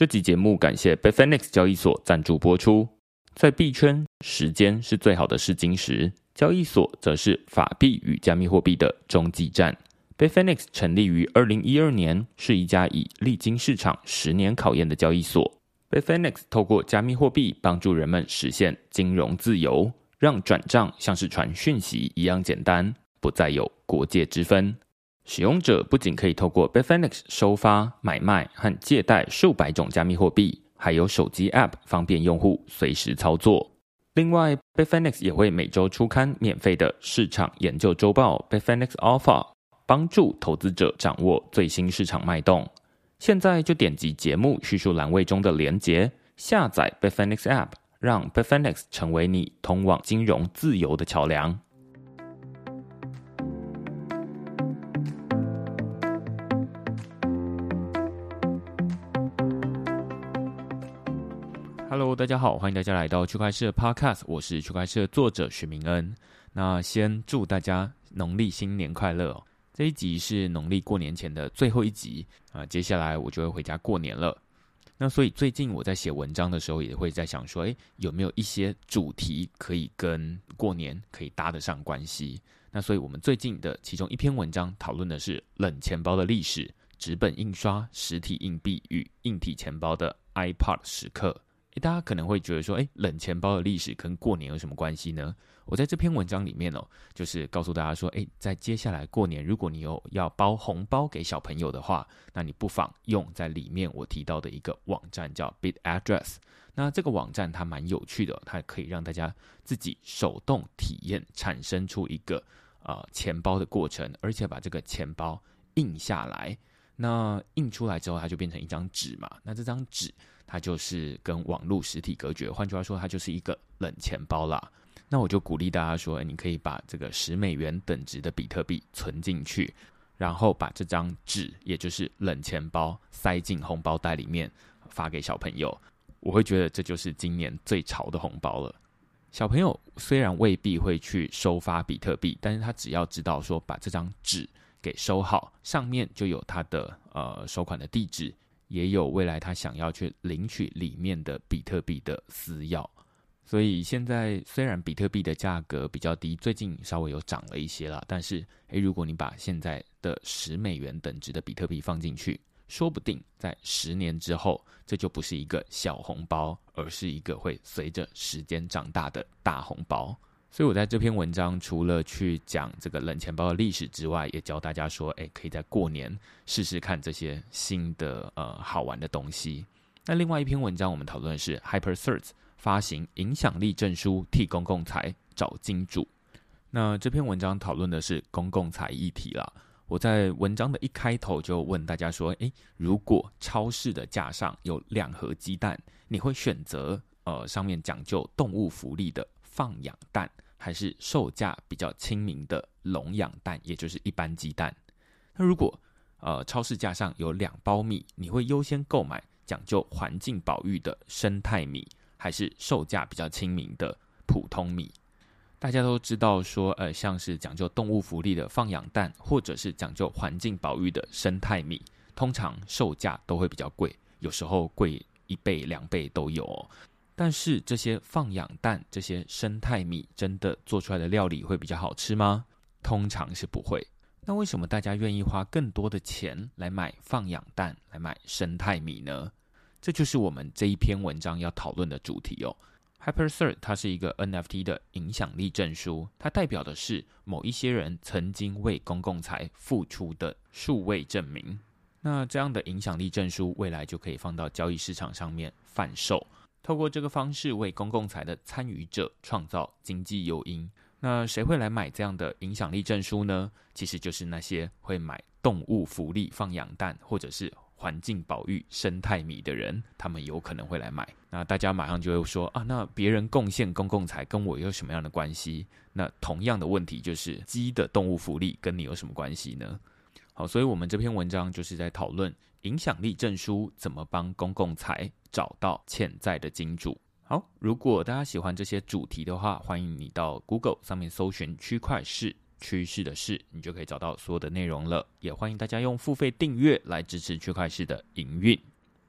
这集节目感谢 Bitfinex 交易所赞助播出。在币圈，时间是最好的试金石，交易所则是法币与加密货币的中继站。Bitfinex 成立于2012年，是一家已历经市场10年考验的交易所。Bitfinex 透过加密货币帮助人们实现金融自由，让转账像是传讯息一样简单，不再有国界之分。使用者不仅可以透过 Bitfinex 收发、买卖和借贷数百种加密货币，还有手机 App 方便用户随时操作。另外 Bitfinex 也会每周出刊免费的市场研究周报 Bitfinex Alpha， 帮助投资者掌握最新市场脉动。现在就点击节目叙述栏位中的连结，下载 Bitfinex App， 让 Bitfinex 成为你通往金融自由的桥梁。Hello， 大家好，欢迎大家来到区块市的 Podcast， 我是区块市的作者许明恩。那先祝大家农历新年快乐哦！这一集是农历过年前的最后一集接下来我就会回家过年了。那所以最近我在写文章的时候，也会在想说，有没有一些主题可以跟过年可以搭得上关系？那所以我们最近的其中一篇文章讨论的是冷钱包的历史、纸本印刷、实体硬币与硬体钱包的 iPod 时刻。大家可能会觉得说，冷钱包的历史跟过年有什么关系呢？我在这篇文章里面就是告诉大家说，在接下来过年，如果你有要包红包给小朋友的话，那你不妨用在里面我提到的一个网站叫 BitAddress。那这个网站它蛮有趣的，它可以让大家自己手动体验产生出一个钱包的过程，而且把这个钱包印下来。那印出来之后，它就变成一张纸嘛。那这张纸它就是跟网络实体隔绝，换句话说，它就是一个冷钱包啦。那我就鼓励大家说，你可以把这个$10等值的比特币存进去，然后把这张纸，也就是冷钱包，塞进红包袋里面，发给小朋友。我会觉得这就是今年最潮的红包了。小朋友虽然未必会去收发比特币，但是他只要知道说把这张纸给收好，上面就有他的收款的地址，也有未来他想要去领取里面的比特币的私钥。所以现在虽然比特币的价格比较低，最近稍微有涨了一些啦，但是如果你把现在的$10等值的比特币放进去，说不定在10年之后，这就不是一个小红包，而是一个会随着时间长大的大红包。所以我在这篇文章除了去讲这个冷钱包的历史之外，也教大家说，可以在过年试试看这些新的好玩的东西。那另外一篇文章我们讨论的是 HyperCert 发行影响力证书替公共财找金主。那这篇文章讨论的是公共财议题啦。我在文章的一开头就问大家说，如果超市的架上有2盒鸡蛋，你会选择上面讲究动物福利的放养蛋，还是售价比较亲民的笼养蛋，也就是一般鸡蛋？那如果超市架上有2包米，你会优先购买讲究环境保育的生态米，还是售价比较亲民的普通米？大家都知道说，像是讲究动物福利的放养蛋，或者是讲究环境保育的生态米，通常售价都会比较贵，有时候贵1倍、2倍都有哦。但是这些放养蛋、这些生态米，真的做出来的料理会比较好吃吗？通常是不会。那为什么大家愿意花更多的钱来买放养蛋、来买生态米呢？这就是我们这一篇文章要讨论的主题哦。HyperCert 它是一个 NFT 的影响力证书，它代表的是某一些人曾经为公共财付出的数位证明。那这样的影响力证书未来就可以放到交易市场上面贩售，透过这个方式为公共财的参与者创造经济诱因。那谁会来买这样的影响力证书呢？其实就是那些会买动物福利放养蛋或者是环境保育生态米的人，他们有可能会来买。那大家马上就会说那别人贡献公共财跟我有什么样的关系？那同样的问题就是鸡的动物福利跟你有什么关系呢？好，所以我们这篇文章就是在讨论影响力证书怎么帮公共财找到潜在的金主。好，如果大家喜欢这些主题的话，欢迎你到 Google 上面搜寻区块市，趋势的事，你就可以找到所有的内容了。也欢迎大家用付费订阅来支持区块市的营运。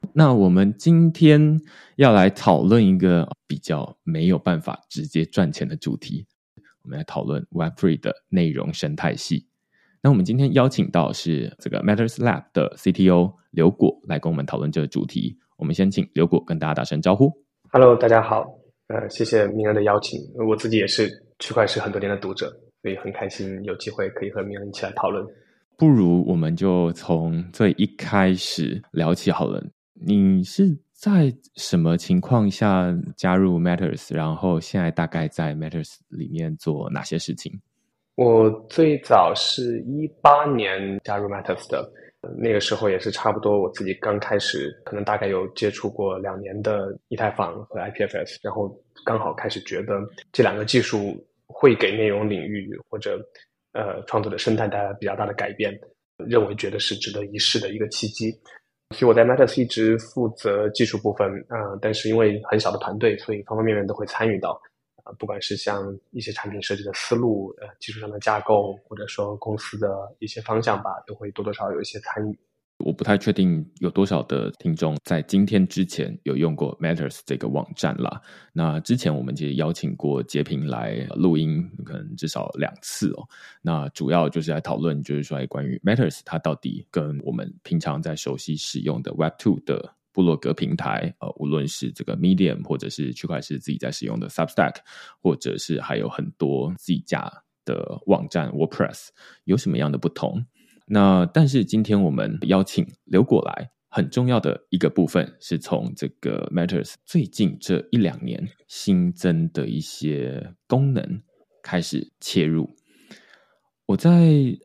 那我们今天要来讨论一个比较没有办法直接赚钱的主题，我们来讨论 Web3 的内容生态系。那我们今天邀请到是这个 Matters Lab 的 CTO 刘果来跟我们讨论这个主题。我们先请刘果跟大家打声招呼。 Hello， 大家好，谢谢明恩的邀请。我自己也是区块链很多年的读者，所以很开心有机会可以和明恩一起来讨论。 不如我们就从最一开始聊起好了。你是在什么情况下加入 Matters， 然后现在大概在 Matters 里面做哪些事情？ 我最早是18年加入 Matters 的，那个时候也是差不多我自己刚开始，可能大概有接触过2年的以太坊和 IPFS， 然后刚好开始觉得这两个技术会给内容领域或者创作的生态带来比较大的改变，觉得是值得一试的一个契机。所以我在 Matters 一直负责技术部分，但是因为很小的团队，所以方方面面都会参与到。不管是像一些产品设计的思路，技术上的架构，或者说公司的一些方向吧，都会多多少少有一些参与。 我不太确定有多少的听众在今天之前有用过 Matters 这个网站啦。那之前我们其实邀请过杰平来录音，可能至少2次哦。那主要就是来讨论，就是说关于 Matters 它到底跟我们平常在熟悉使用的 Web2 的部落格平台，无论是这个 Medium 或者是区块链自己在使用的 Substack， 或者是还有很多自己家的网站 WordPress 有什么样的不同？那但是今天我们邀请刘果来，很重要的一个部分是从这个 Matters 最近这1-2年新增的一些功能开始切入。我在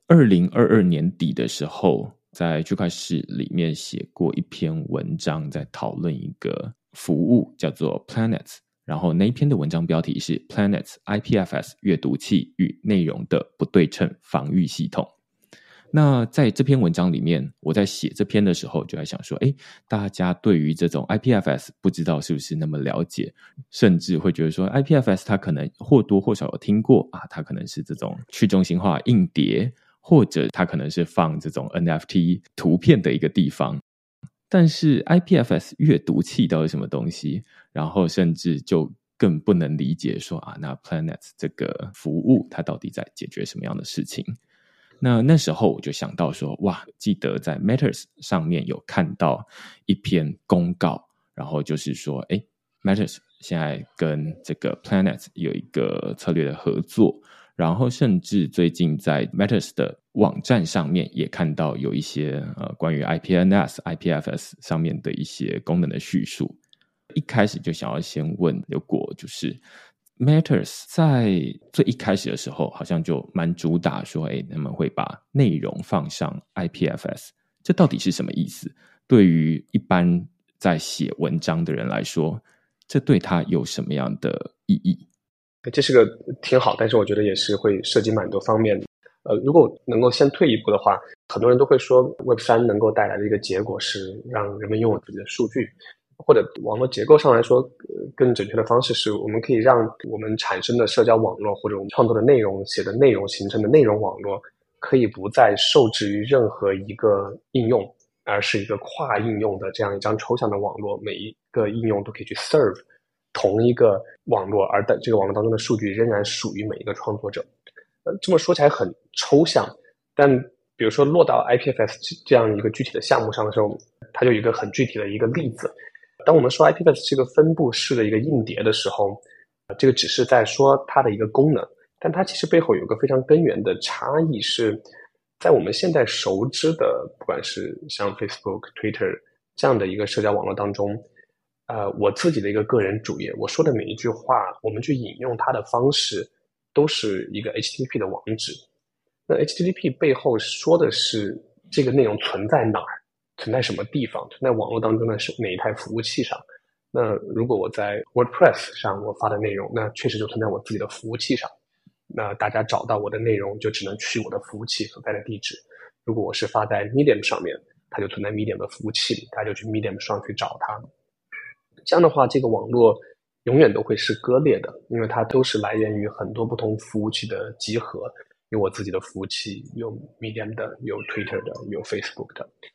2022年底的时候，在区块市里面写过一篇文章，在讨论一个服务叫做 Planets， 然后那一篇的文章标题是 Planets IPFS 阅读器与内容的不对称防御系统。那在这篇文章里面，我在写这篇的时候就在想说，大家对于这种 IPFS 不知道是不是那么了解，甚至会觉得说 IPFS 它可能或多或少有听过啊，它可能是这种去中心化硬碟，或者它可能是放这种 NFT 图片的一个地方。但是 IPFS 阅读器到底什么东西？然后甚至就更不能理解说那 Planets 这个服务它到底在解决什么样的事情？那时候我就想到说，哇，记得在 Matters 上面有看到一篇公告，然后就是说Matters 现在跟这个 Planet 有一个策略的合作，然后甚至最近在 Matters 的网站上面也看到有一些关于 IPNS、IPFS 上面的一些功能的叙述。一开始就想要先问刘果，就是Matters 在最一开始的时候好像就蛮主打说他们会把内容放上 IPFS， 这到底是什么意思？对于一般在写文章的人来说，这对他有什么样的意义？ 这是个挺好，但是我觉得也是会涉及蛮多方面。如果能够先退一步的话，很多人都会说 Web3 能够带来的一个结果是让人们拥有自己的数据，或者网络结构上来说，更准确的方式是我们可以让我们产生的社交网络或者我们创作的内容、写的内容形成的内容网络，可以不再受制于任何一个应用，而是一个跨应用的这样一张抽象的网络，每一个应用都可以去 serve 同一个网络，而在这个网络当中的数据仍然属于每一个创作者。这么说起来很抽象，但比如说落到 IPFS 这样一个具体的项目上的时候，它就有一个很具体的一个例子。当我们说 IPFS 是一个分布式的一个硬碟的时候，这个只是在说它的一个功能，但它其实背后有一个非常根源的差异，是在我们现在熟知的不管是像 Facebook、Twitter 这样的一个社交网络当中，我自己的一个个人主页，我说的每一句话，我们去引用它的方式都是一个 HTTP 的网址。那 HTTP 背后说的是这个内容存在哪儿，存在什么地方，存在网络当中的哪一台服务器上。那如果我在 WordPress 上我发的内容，那确实就存在我自己的服务器上，那大家找到我的内容就只能去我的服务器所在的地址。如果我是发在 Medium 上面，它就存在 Medium 的服务器里，大家就去 Medium 上去找它。这样的话，这个网络永远都会是割裂的，因为它都是来源于很多不同服务器的集合，有我自己的服务器，有 Medium 的，有 Twitter 的，有 Facebook 的。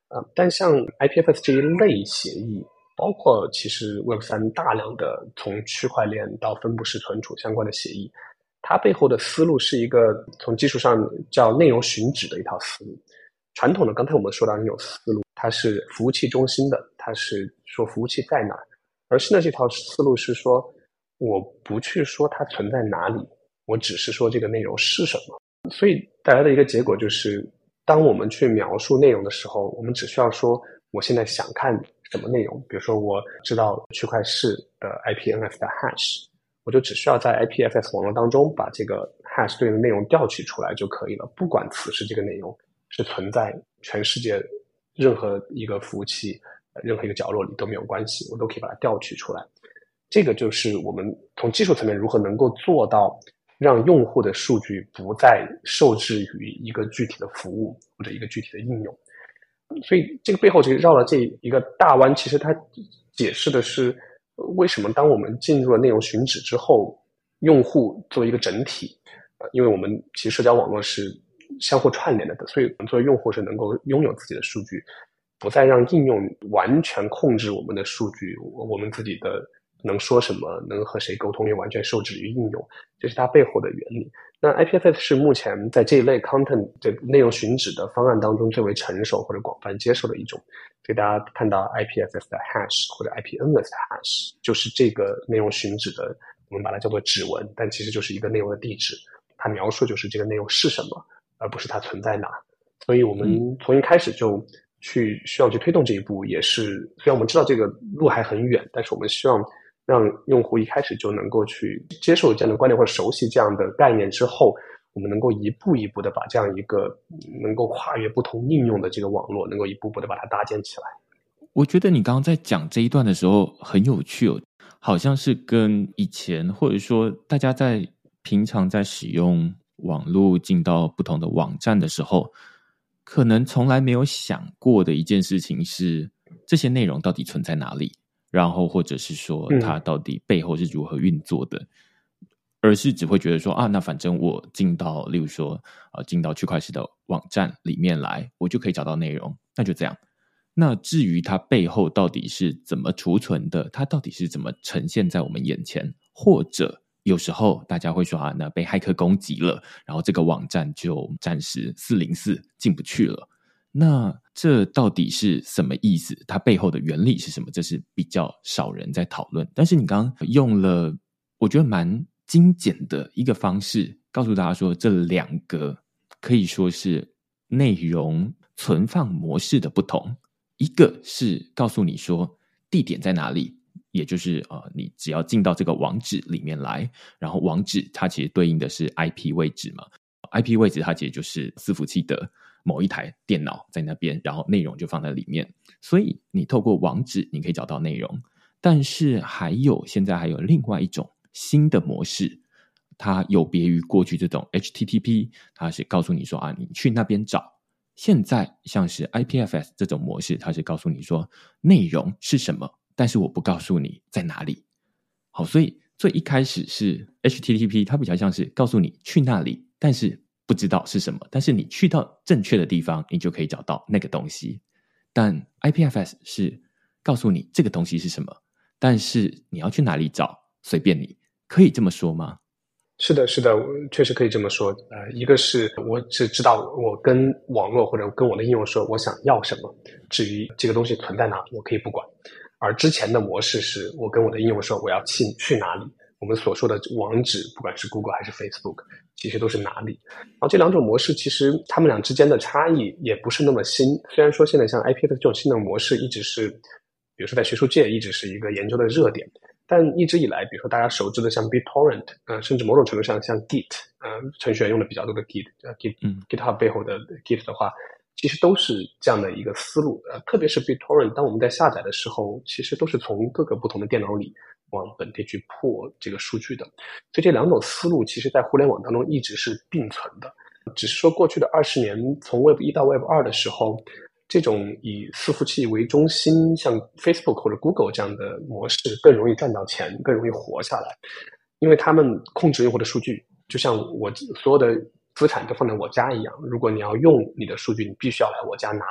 但像 IPFS 这一类协议，包括其实 Web3 大量的从区块链到分布式存储相关的协议，它背后的思路是一个从技术上叫内容寻址的一套思路。传统的刚才我们说到那种思路，它是服务器中心的，它是说服务器在哪儿，而新的这套思路是说我不去说它存在哪里，我只是说这个内容是什么。所以带来的一个结果就是，当我们去描述内容的时候，我们只需要说我现在想看什么内容，比如说我知道区块式的 IPNF 的 hash， 我就只需要在 IPFS 网络当中把这个 hash 对应的内容调取出来就可以了，不管此时这个内容是存在全世界任何一个服务器任何一个角落里都没有关系，我都可以把它调取出来。这个就是我们从技术层面如何能够做到让用户的数据不再受制于一个具体的服务或者一个具体的应用。所以这个背后其实绕了这一个大弯，其实它解释的是为什么当我们进入了内容寻址之后，用户作为一个整体，因为我们其实社交网络是相互串联的，所以我们作为用户是能够拥有自己的数据，不再让应用完全控制我们的数据，我们自己的能说什么，能和谁沟通，又完全受制于应用，这是它背后的原理。那 IPFS 是目前在这一类 content 的内容寻址的方案当中最为成熟或者广泛接受的一种。所以大家看到 IPFS 的 hash 或者 IPNS 的 hash， 就是这个内容寻址的，我们把它叫做指纹，但其实就是一个内容的地址，它描述就是这个内容是什么，而不是它存在哪。所以我们从一开始就需要去推动这一步，也是虽然我们知道这个路还很远，但是我们希望让用户一开始就能够去接受这样的观念或者熟悉这样的概念之后，我们能够一步一步的把这样一个能够跨越不同应用的这个网络能够一步步的把它搭建起来。 我觉得你刚刚在讲这一段的时候很有趣哦，好像是跟以前或者说大家在平常在使用网络进到不同的网站的时候，可能从来没有想过的一件事情是这些内容到底存在哪里，然后或者是说它到底背后是如何运作的，而是只会觉得说那反正我进到例如说进到区块式的网站里面来，我就可以找到内容，那就这样。那至于它背后到底是怎么储存的，它到底是怎么呈现在我们眼前，或者有时候大家会说那被骇客攻击了，然后这个网站就暂时404进不去了，那这到底是什么意思？它背后的原理是什么？这是比较少人在讨论。但是你刚刚用了我觉得蛮精简的一个方式告诉大家说，这两个可以说是内容存放模式的不同。一个是告诉你说地点在哪里，也就是你只要进到这个网址里面来，然后网址它其实对应的是 IP 位置嘛， IP 位置它其实就是伺服器的某一台电脑在那边，然后内容就放在里面，所以你透过网址你可以找到内容。但是现在还有另外一种新的模式，它有别于过去这种 HTTP， 它是告诉你说你去那边找。现在像是 IPFS 这种模式，它是告诉你说内容是什么，但是我不告诉你在哪里。好，所以最一开始是 HTTP， 它比较像是告诉你去那里，但是不知道是什么，但是你去到正确的地方，你就可以找到那个东西。但 IPFS 是告诉你这个东西是什么，但是你要去哪里找随便你，可以这么说吗？ 是的，是的，确实可以这么说。一个是我只知道我跟网络或者跟我的应用说我想要什么，至于这个东西存在哪，我可以不管。而之前的模式是我跟我的应用说我要去哪里，我们所说的网址，不管是 Google 还是 Facebook， 其实都是哪里。然后这两种模式其实它们俩之间的差异也不是那么新。虽然说现在像 IPFS 这种新的模式一直是，比如说在学术界一直是一个研究的热点，但一直以来，比如说大家熟知的像 BitTorrent，甚至某种程度上像 Git，程序员用的比较多的 GitHub 背后的 Git 的话，其实都是这样的一个思路。特别是 BitTorrent，当我们在下载的时候，其实都是从各个不同的电脑里往本地去破这个数据的。所以这两种思路，其实在互联网当中一直是并存的。只是说过去的20年，从 Web 1到 Web 2的时候，这种以伺服器为中心，像 Facebook 或者 Google 这样的模式更容易赚到钱，更容易活下来，因为他们控制用户的数据，就像我所有的资产都放在我家一样。如果你要用你的数据，你必须要来我家拿。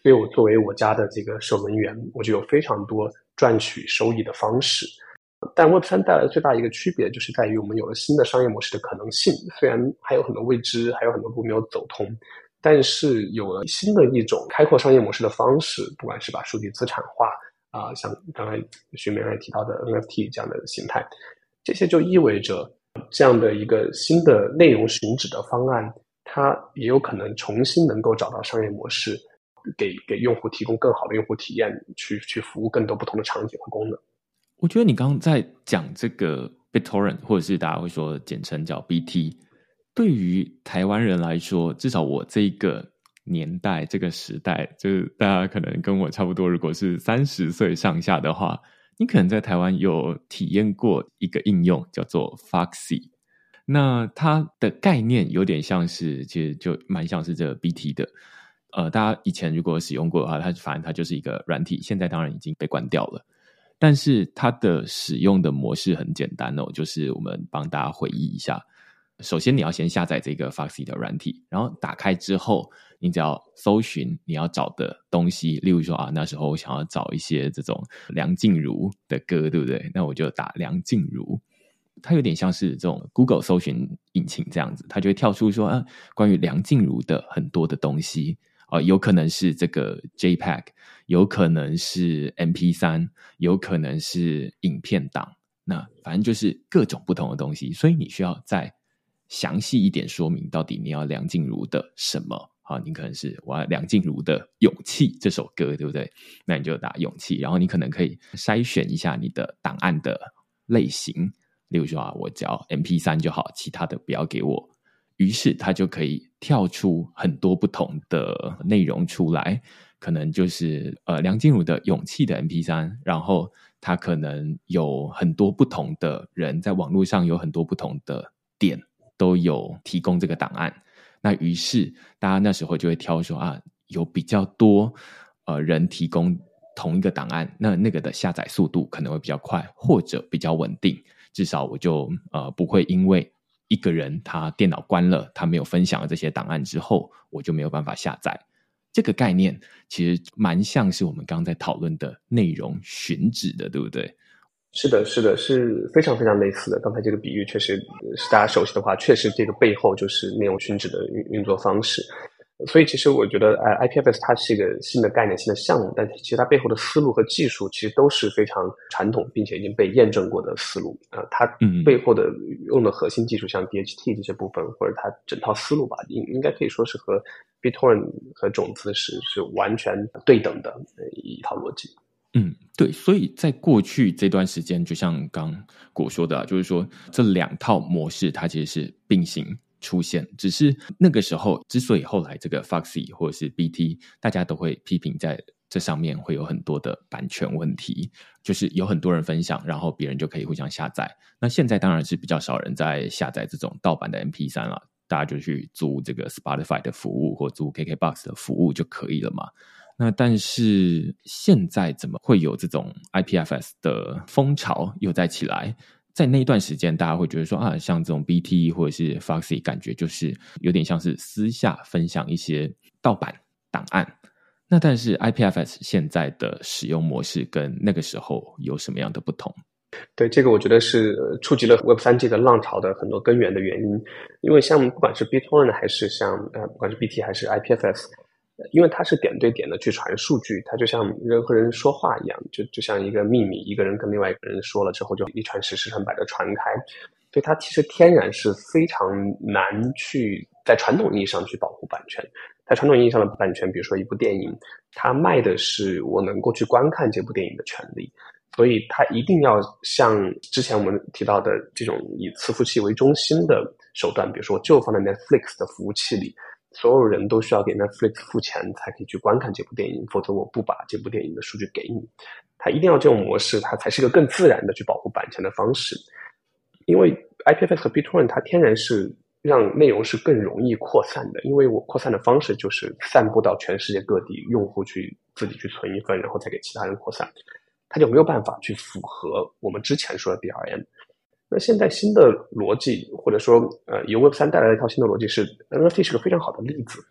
我作为我家的这个守门员，我就有非常多赚取收益的方式。但 Web3 带来的最大一个区别就是在于我们有了新的商业模式的可能性，虽然还有很多未知，还有很多路没有走通，但是有了新的一种开阔商业模式的方式，不管是把数据资产化像刚才徐明也提到的 NFT 这样的形态，这些就意味着这样的一个新的内容寻址的方案，它也有可能重新能够找到商业模式，给用户提供更好的用户体验，去服务更多不同的场景和功能。 我觉得你刚刚在讲这个 BitTorrent， 或者是大家会说简称叫 BT， 对于台湾人来说，至少我这个年代这个时代，就是大家可能跟我差不多，如果是30岁上下的话，你可能在台湾有体验过一个应用叫做 Foxy， 那它的概念有点像是，其实就蛮像是这个 BT 的。大家以前如果使用过的话，反正它就是一个软体，现在当然已经被关掉了。但是它的使用的模式很简单哦，就是我们帮大家回忆一下。首先你要先下载这个 Foxy 的软体，然后打开之后，你只要搜寻你要找的东西，例如说那时候我想要找一些这种梁静茹的歌，对不对？那我就打梁静茹。它有点像是这种 Google 搜寻引擎这样子，它就会跳出说关于梁静茹的很多的东西。有可能是这个 JPEG， 有可能是 MP3， 有可能是影片档，那反正就是各种不同的东西，所以你需要再详细一点说明到底你要梁静茹的什么。好，你可能是我要梁静茹的《勇气》这首歌，对不对？那你就打勇气，然后你可能可以筛选一下你的档案的类型，例如说我只要 MP3 就好，其他的不要给我。于是它就可以跳出很多不同的内容出来，可能就是梁静茹的勇气的 MP3， 然后它可能有很多不同的人在网络上有很多不同的点都有提供这个档案，那于是大家那时候就会挑说有比较多人提供同一个档案，那个的下载速度可能会比较快，或者比较稳定，至少我就不会因为一个人他电脑关了，他没有分享了这些档案之后，我就没有办法下载。这个概念其实蛮像是我们刚刚在讨论的内容寻址的，对不对？ 是的，是的，是非常非常类似的。刚才这个比喻确实是大家熟悉的话，确实这个背后就是内容寻址的运作方式。所以其实我觉得IPFS 它是一个新的概念、新的项目，但其实它背后的思路和技术其实都是非常传统并且已经被验证过的思路。它背后的用的核心技术像 DHT 这些部分，或者它整套思路吧，应该可以说是和 BitTorrent 和种子是完全对等的一套逻辑。 对，所以在过去这段时间，就像刚果说的就是说这两套模式它其实是并行出现，只是那个时候之所以后来这个 Foxy 或者是 BT 大家都会批评在这上面会有很多的版权问题，就是有很多人分享，然后别人就可以互相下载。那现在当然是比较少人在下载这种盗版的 MP3 了，大家就去租这个 Spotify 的服务或租 KKBOX 的服务就可以了嘛。那但是现在怎么会有这种 IPFS 的风潮又再起来？在那一段时间大家会觉得说像这种 BT 或者是 Foxy 感觉就是有点像是私下分享一些盗版档案。那但是 IPFS 现在的使用模式跟那个时候有什么样的不同？ 对，这个我觉得是触及了 Web3 这个浪潮的很多根源的原因。因为像不管是 BitTorrent 还是像不管是 BT 还是 IPFS，因为它是点对点的去传数据，它就像人和人说话一样，就像一个秘密，一个人跟另外一个人说了之后就一传十，十传百的传开，所以它其实天然是非常难去在传统意义上去保护版权。在传统意义上的版权，比如说一部电影，它卖的是我能够去观看这部电影的权利，所以它一定要像之前我们提到的这种以伺服器为中心的手段，比如说我就放在 Netflix 的服务器里，所有人都需要给 Netflix 付钱才可以去观看这部电影，否则我不把这部电影的数据给你。它一定要这种模式，它才是一个更自然的去保护版权的方式。因为 IPFS 和 BitTorrent 它天然是让内容是更容易扩散的，因为我扩散的方式就是散布到全世界各地，用户去自己去存一份，然后再给其他人扩散，它就没有办法去符合我们之前说的 DRM。那现在新的逻辑，或者说由 Web3 带来的一套新的逻辑是 NFT 是个非常好的例子。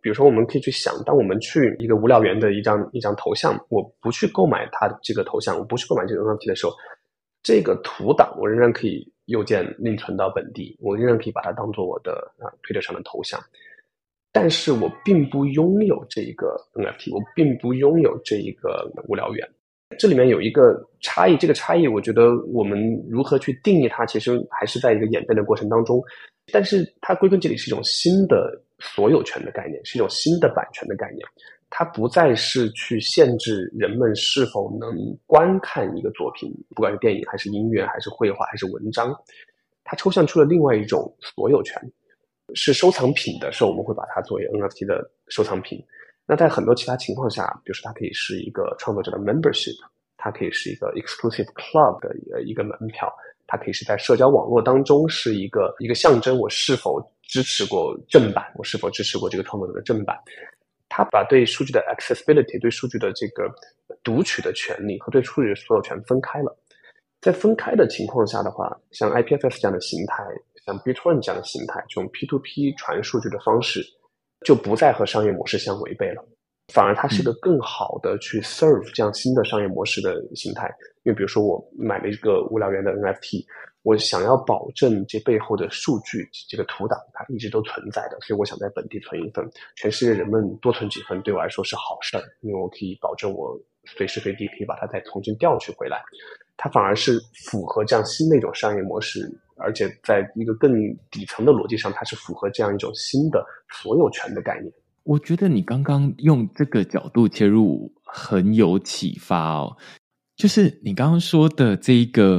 比如说我们可以去想，当我们去一个无聊猿的一张头像，我不去购买它这个头像，我不去购买这个 NFT 的时候，这个图档我仍然可以右键另存到本地，我仍然可以把它当做我的推特上的头像。但是我并不拥有这个 NFT， 我并不拥有这一个无聊猿。这里面有一个差异，这个差异我觉得我们如何去定义它，其实还是在一个演变的过程当中。但是它归根结底是一种新的所有权的概念，是一种新的版权的概念。它不再是去限制人们是否能观看一个作品，不管是电影还是音乐还是绘画还是文章，它抽象出了另外一种所有权。是收藏品的时候，我们会把它作为 NFT 的收藏品。那在很多其他情况下，比如说它可以是一个创作者的 membership， 它可以是一个 exclusive club 的一个门票，它可以是在社交网络当中是一个象征我是否支持过正版，我是否支持过这个创作者的正版。它把对数据的 accessibility， 对数据的这个读取的权利和对数据的所有权分开了。在分开的情况下的话，像 IPFS 这样的形态，像 Bittorrent 这样的形态，这种 P2P 传数据的方式就不再和商业模式相违背了，反而它是个更好的去 serve 这样新的商业模式的形态。因为比如说我买了一个无聊猿的 NFT， 我想要保证这背后的数据，这个图档它一直都存在的，所以我想在本地存一份，全世界人们多存几份对我来说是好事儿，因为我可以保证我随时随地可以把它再重新调取回来。它反而是符合这样新的一种商业模式，而且在一个更底层的逻辑上，它是符合这样一种新的所有权的概念。 我觉得你刚刚用这个角度切入很有启发哦，就是你刚刚说的这一个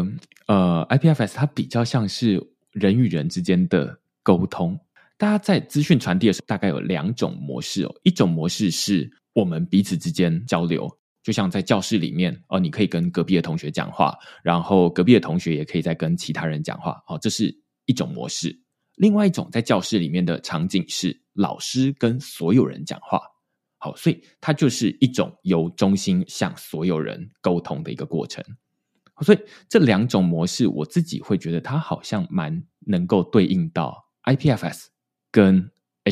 IPFS， 它比较像是人与人之间的沟通。大家在资讯传递的时候，大概有两种模式哦，一种模式是我们彼此之间交流。就像在教室里面你可以跟隔壁的同学讲话，然后隔壁的同学也可以再跟其他人讲话这是一种模式。另外一种在教室里面的场景是老师跟所有人讲话，好，所以它就是一种由中心向所有人沟通的一个过程。所以这两种模式我自己会觉得它好像蛮能够对应到 IPFS 跟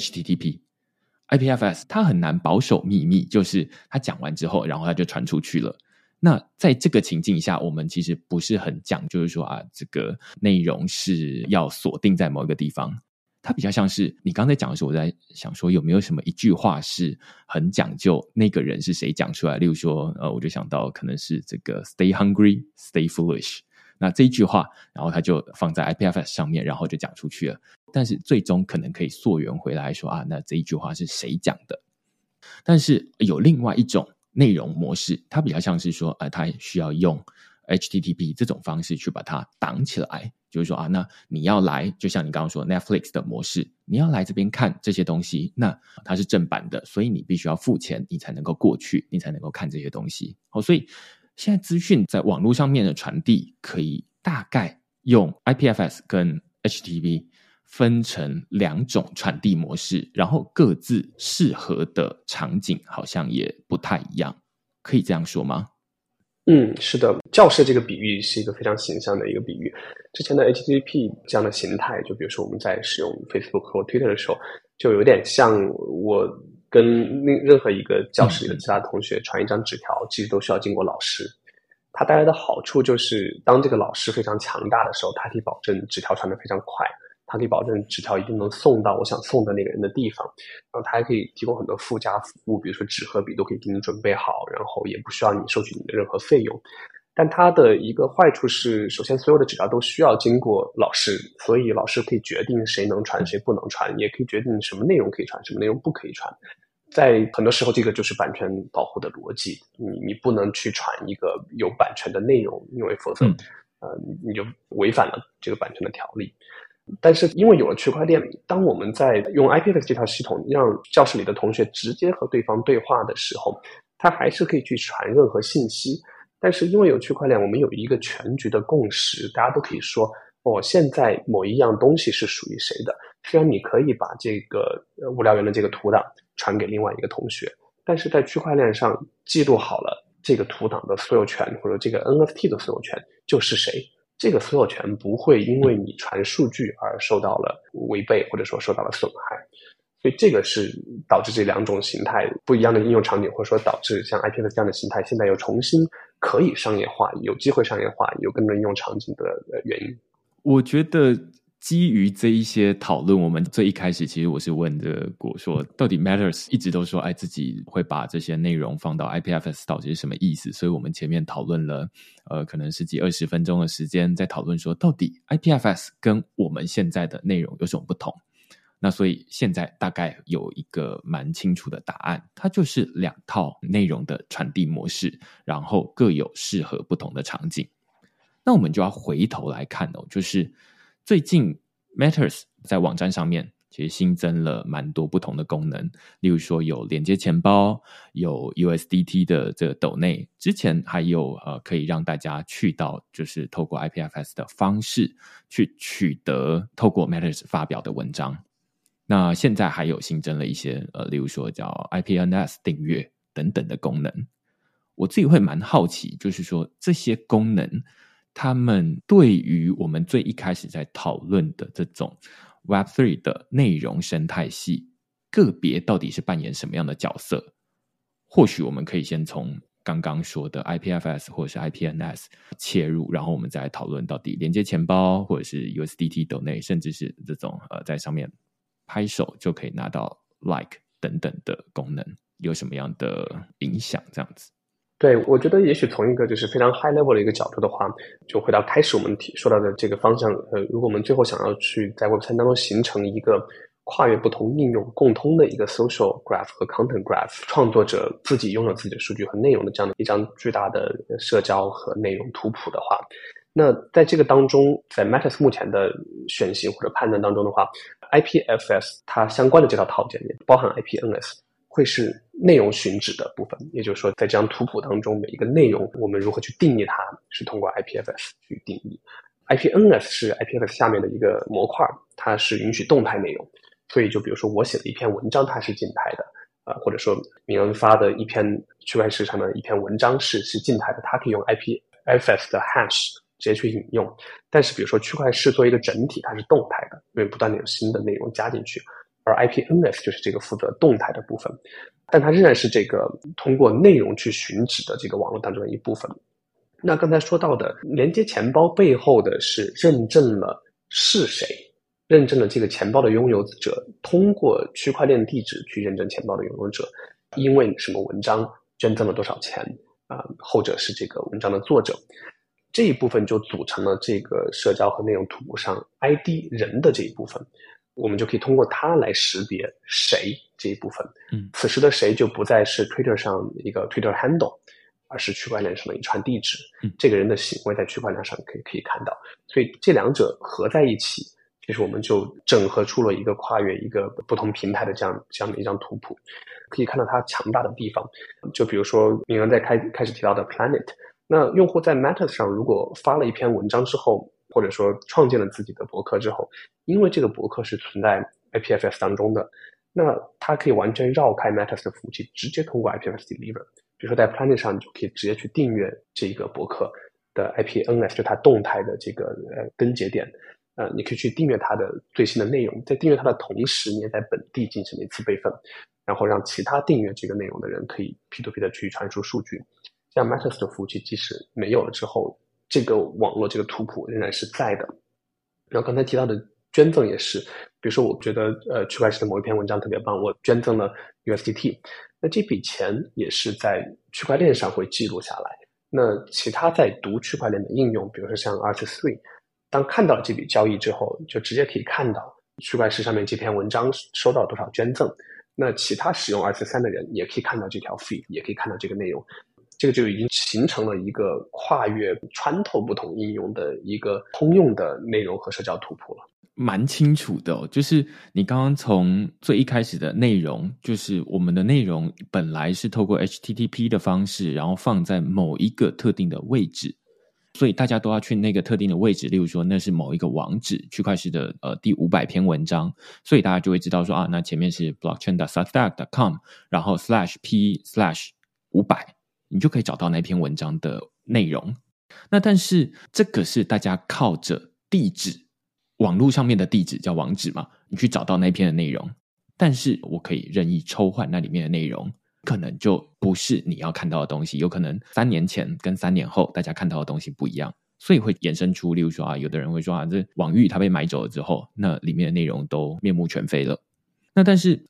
HTTP。IPFS 它很难保守秘密，就是它讲完之后然后它就传出去了。那在这个情境下，我们其实不是很讲就是说这个内容是要锁定在某一个地方。它比较像是你刚才讲的时候，我在想说有没有什么一句话是很讲究那个人是谁讲出来，例如说我就想到可能是这个 Stay hungry, stay foolish。那这一句话然后他就放在 IPFS 上面，然后就讲出去了，但是最终可能可以溯源回来说那这一句话是谁讲的。但是有另外一种内容模式，它比较像是说它需要用 HTTP 这种方式去把它挡起来，就是说那你要来，就像你刚刚说 Netflix 的模式，你要来这边看这些东西，那它是正版的，所以你必须要付钱，你才能够过去，你才能够看这些东西。所以现在资讯在网络上面的传递可以大概用 IPFS 跟 HTTP 分成两种传递模式，然后各自适合的场景好像也不太一样，可以这样说吗？ 是的，教室这个比喻是一个非常形象的一个比喻。之前的 HTTP 这样的形态，就比如说我们在使用 Facebook 和 Twitter 的时候，就有点像我跟任何一个教室里的其他同学传一张纸条，其实都需要经过老师。它带来的好处就是，当这个老师非常强大的时候，它可以保证纸条传得非常快，它可以保证纸条一定能送到我想送的那个人的地方，然后它还可以提供很多附加服务，比如说纸和笔都可以给你准备好，然后也不需要你收取你的任何费用。但它的一个坏处是，首先所有的纸条都需要经过老师，所以老师可以决定谁能传谁不能传，也可以决定什么内容可以传什么内容不可以传。在很多时候这个就是版权保护的逻辑，你不能去传一个有版权的内容，因为否则你就违反了这个版权的条例。但是因为有了区块链，当我们在用 IPFS 这套系统让教室里的同学直接和对方对话的时候，他还是可以去传任何信息。但是因为有区块链，我们有一个全局的共识，大家都可以说现在某一样东西是属于谁的。虽然你可以把这个无聊猿的这个图档传给另外一个同学，但是在区块链上记录好了这个图档的所有权，或者这个 NFT 的所有权就是谁，这个所有权不会因为你传数据而受到了违背，或者说受到了损害。 所以这个是导致这两种形态不一样的应用场景，或者说导致像 IPFS 这样的形态现在又重新可以商业化，有机会商业化，有更多应用场景的原因。 我觉得基于这一些讨论，我们最一开始其实我是问着果说，到底 Matters 一直都说自己会把这些内容放到 IPFS 到底是什么意思，所以我们前面讨论了可能10几20分钟的时间在讨论说，到底 IPFS 跟我们现在的内容有什么不同。那所以现在大概有一个蛮清楚的答案，它就是两套内容的传递模式，然后各有适合不同的场景。那我们就要回头来看就是最近 Matters 在网站上面其实新增了蛮多不同的功能，例如说有连接钱包，有 USDT 的这个斗内，之前还有可以让大家去到就是透过 IPFS 的方式去取得透过 Matters 发表的文章。那现在还有新增了一些例如说叫 IPNS 订阅等等的功能。我自己会蛮好奇，就是说这些功能他们对于我们最一开始在讨论的这种 Web3 的内容生态系个别到底是扮演什么样的角色。或许我们可以先从刚刚说的 IPFS 或者是 IPNS 切入，然后我们再讨论到底连接钱包或者是 USDT 斗内，甚至是这种在上面拍手就可以拿到 like 等等的功能有什么样的影响这样子。 对，我觉得也许从一个就是非常 high level 的一个角度的话，就回到开始我们说到的这个方向，如果我们最后想要去在 Web3 当中形成一个跨越不同应用共通的一个 social graph 和 content graph， 创作者自己拥有自己的数据和内容的这样的一张巨大的社交和内容图谱的话，那在这个当中，在 Matters 目前的选型或者判断当中的话， IPFS 它相关的这套套件也包含 IPNS， 会是内容寻址的部分。也就是说，在这张图谱当中，每一个内容我们如何去定义它，是通过 IPFS 去定义。IPNS 是 IPFS 下面的一个模块，它是允许动态内容。所以就比如说我写的一篇文章它是静态的，或者说明恩发的一篇区块链市场的一篇文章是静态的，它可以用 IPFS 的 hash 直接去引用。但是比如说区块链作为一个整体它是动态的，因为不断的有新的内容加进去，而 IPNS 就是这个负责动态的部分，但它仍然是这个通过内容去寻址的这个网络当中的一部分。那刚才说到的连接钱包背后的是认证了是谁，认证了这个钱包的拥有者，通过区块链地址去认证钱包的拥有者，因为什么文章捐赠了多少钱后者是这个文章的作者。这一部分就组成了这个社交和内容图谱上 ID 人的这一部分，我们就可以通过它来识别谁这一部分。此时的谁就不再是 Twitter 上一个 Twitter handle， 而是区块链上的一串地址。这个人的行为在区块链上可以看到，所以这两者合在一起，其实我们就整合出了一个跨越一个不同平台的这样的一张图谱。可以看到它强大的地方，就比如说明恩在开始提到的 Planet， 那用户在 Matters 上如果发了一篇文章之后，或者说创建了自己的博客之后，因为这个博客是存在 IPFS 当中的，那它可以完全绕开 Matters 的服务器，直接通过 IPFS deliver。比如说在 Planet 上，你就可以直接去订阅这个博客的 IPNS， 就它动态的这个根节点。你可以去订阅它的最新的内容，在订阅它的同时，你也在本地进行了一次备份，然后让其他订阅这个内容的人可以 P2P 的去传输数据。像 Matters 的服务器即使没有了之后，这个网络这个图谱仍然是在的。然后刚才提到的捐赠也是，比如说我觉得区块链的某一篇文章特别棒，我捐赠了 USDT， 那这笔钱也是在区块链上会记录下来。那其他在读区块链的应用，比如说像 RC3， 当看到这笔交易之后，就直接可以看到区块链上面这篇文章收到多少捐赠。那其他使用243的人也可以看到这条 feed， 也可以看到这个内容。这个就已经形成了一个跨越穿透不同应用的一个通用的内容和社交图谱了。 蛮清楚的就是你刚刚从最一开始的内容，就是我们的内容本来是透过 HTTP 的方式，然后放在某一个特定的位置，所以大家都要去那个特定的位置，例如说那是某一个网址，区块链的第500篇文章，所以大家就会知道说那前面是 blockchain.substack.com， 然后/p/500， 你就可以找到那篇文章的内容。那但是这个是大家靠着地址，网络上面的地址叫网址嘛，你去找到那篇的内容。 但是我可以任意抽换那里面的内容，可能就不是你要看到的东西，有可能3年前跟3年后大家看到的东西不一样，所以会衍生出例如说有的人会说这网域它被买走了之后，那里面的内容都面目全非了。那但是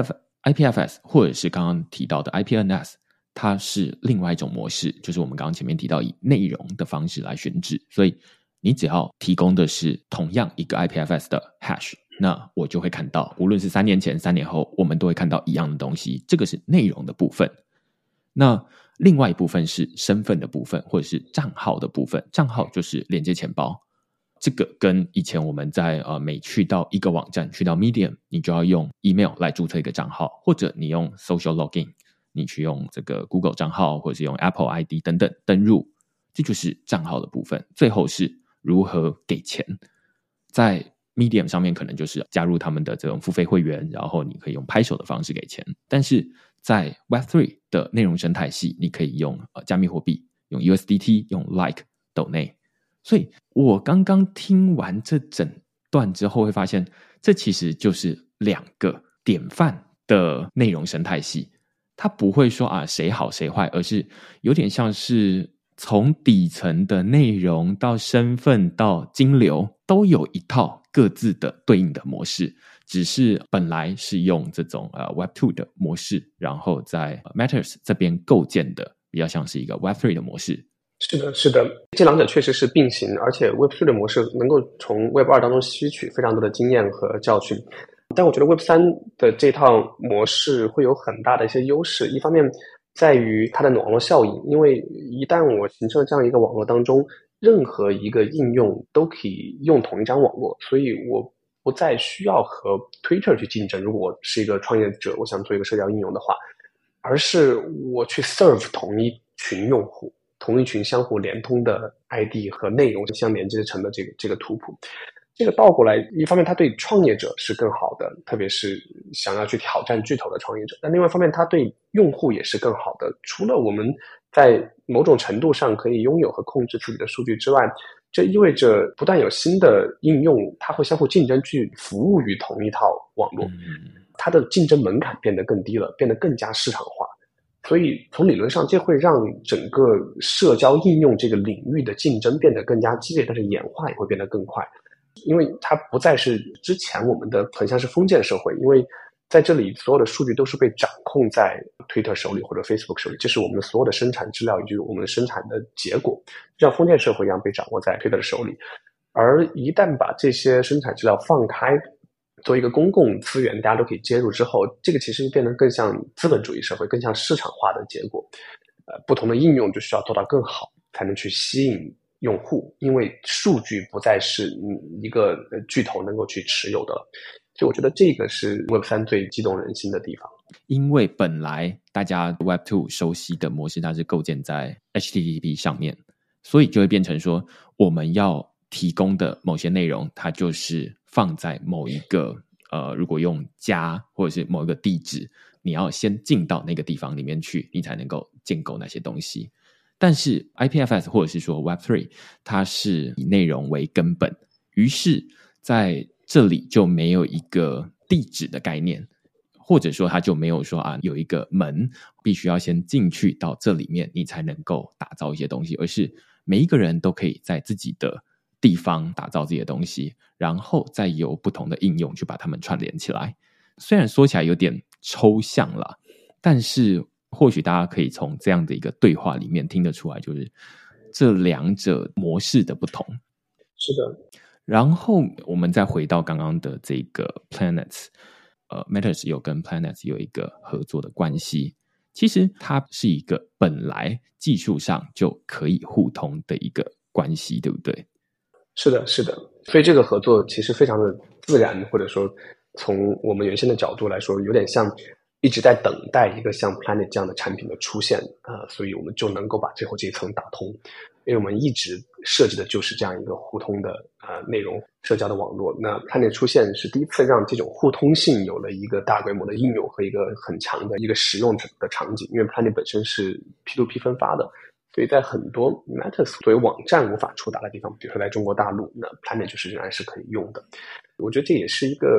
IPFS 或者是刚刚提到的 IPNS， 它是另外一种模式，就是我们刚刚前面提到以内容的方式来选址，所以你只要提供的是同样一个 IPFS 的 hash， 那我就会看到无论是3年前3年后我们都会看到一样的东西，这个是内容的部分。那另外一部分是身份的部分或者是账号的部分，账号就是连接钱包，这个跟以前我们在每去到一个网站，去到 Medium， 你就要用 email 来注册一个账号，或者你用 social login， 你去用这个 Google 账号或者是用 Apple ID 等等登入，这就是账号的部分。最后是如何给钱，在 Medium 上面可能就是加入他们的这种付费会员，然后你可以用拍手的方式给钱，但是在 Web3 的内容生态系，你可以用加密货币，用 USDT， 用 Like、Donate。所以我刚刚听完这整段之后会发现，这其实就是2个典范的内容生态系，它不会说谁好谁坏，而是有点像是从底层的内容到身份到金流都有一套各自的对应的模式，只是本来是用这种Web2 的模式，然后在 Matters 这边构建的比较像是一个 Web3 的模式。 是的，是的，这两者确实是并行，而且 Web3 的模式能够从 Web2 当中吸取非常多的经验和教训。但我觉得 Web3 的这套模式会有很大的一些优势，一方面在于它的网络效应，因为一旦我形成了这样一个网络当中，任何一个应用都可以用同一张网络，所以我不再需要和 Twitter 去竞争，如果我是一个创业者，我想做一个社交应用的话，而是我去 serve 同一群用户，同一群相互连通的 ID 和内容相连接成的这个图谱。这个倒过来，一方面它对创业者是更好的，特别是想要去挑战巨头的创业者，但另外一方面它对用户也是更好的。除了我们在某种程度上可以拥有和控制自己的数据之外，这意味着不断有新的应用，它会相互竞争去服务于同一套网络，它的竞争门槛变得更低了，变得更加市场化。所以从理论上，这会让整个社交应用这个领域的竞争变得更加激烈，但是演化也会变得更快，因为它不再是之前我们的很像是封建社会，因为在这里所有的数据都是被掌控在 Twitter 手里或者 Facebook 手里，这是我们的所有的生产资料以及我们生产的结果，像封建社会一样被掌握在 Twitter 的手里。而一旦把这些生产资料放开，作为一个公共资源，大家都可以接入之后，这个其实变得更像资本主义社会，更像市场化的结果。不同的应用就需要做到更好，才能去吸引用户，因为数据不再是一个巨头能够去持有的了。所以我觉得这个是 Web3 最激动人心的地方。 因为本来大家 Web2 熟悉的模式它是构建在 HTTP 上面，所以就会变成说我们要提供的某些内容它就是放在某一个如果用加或者是某一个地址，你要先进到那个地方里面去，你才能够建构那些东西。但是 IPFS 或者是说 Web3 它是以内容为根本，于是在这里就没有一个地址的概念，或者说它就没有说有一个门必须要先进去到这里面你才能够打造一些东西，而是每一个人都可以在自己的地方打造自己的东西，然后再由不同的应用去把它们串联起来。虽然说起来有点抽象啦，但是或许大家可以从这样的一个对话里面听得出来，就是这两者模式的不同。 是的。 然后我们再回到刚刚的这个 Planets， Matters 有跟 Planets 有一个合作的关系，其实它是一个本来技术上就可以互通的一个关系，对不对？ 是的，是的。所以这个合作其实非常的自然，或者说从我们原先的角度来说，有点像一直在等待一个像 Planet 这样的产品的出现所以我们就能够把最后这一层打通，因为我们一直设计的就是这样一个互通的内容社交的网络。那 Planet 出现是第一次让这种互通性有了一个大规模的应用和一个很强的一个实用的场景，因为 Planet 本身是 P2P 分发的，所以在很多 Matters 作为网站无法触达的地方，比如说在中国大陆，那 Planet 就是仍然是可以用的。我觉得这也是一个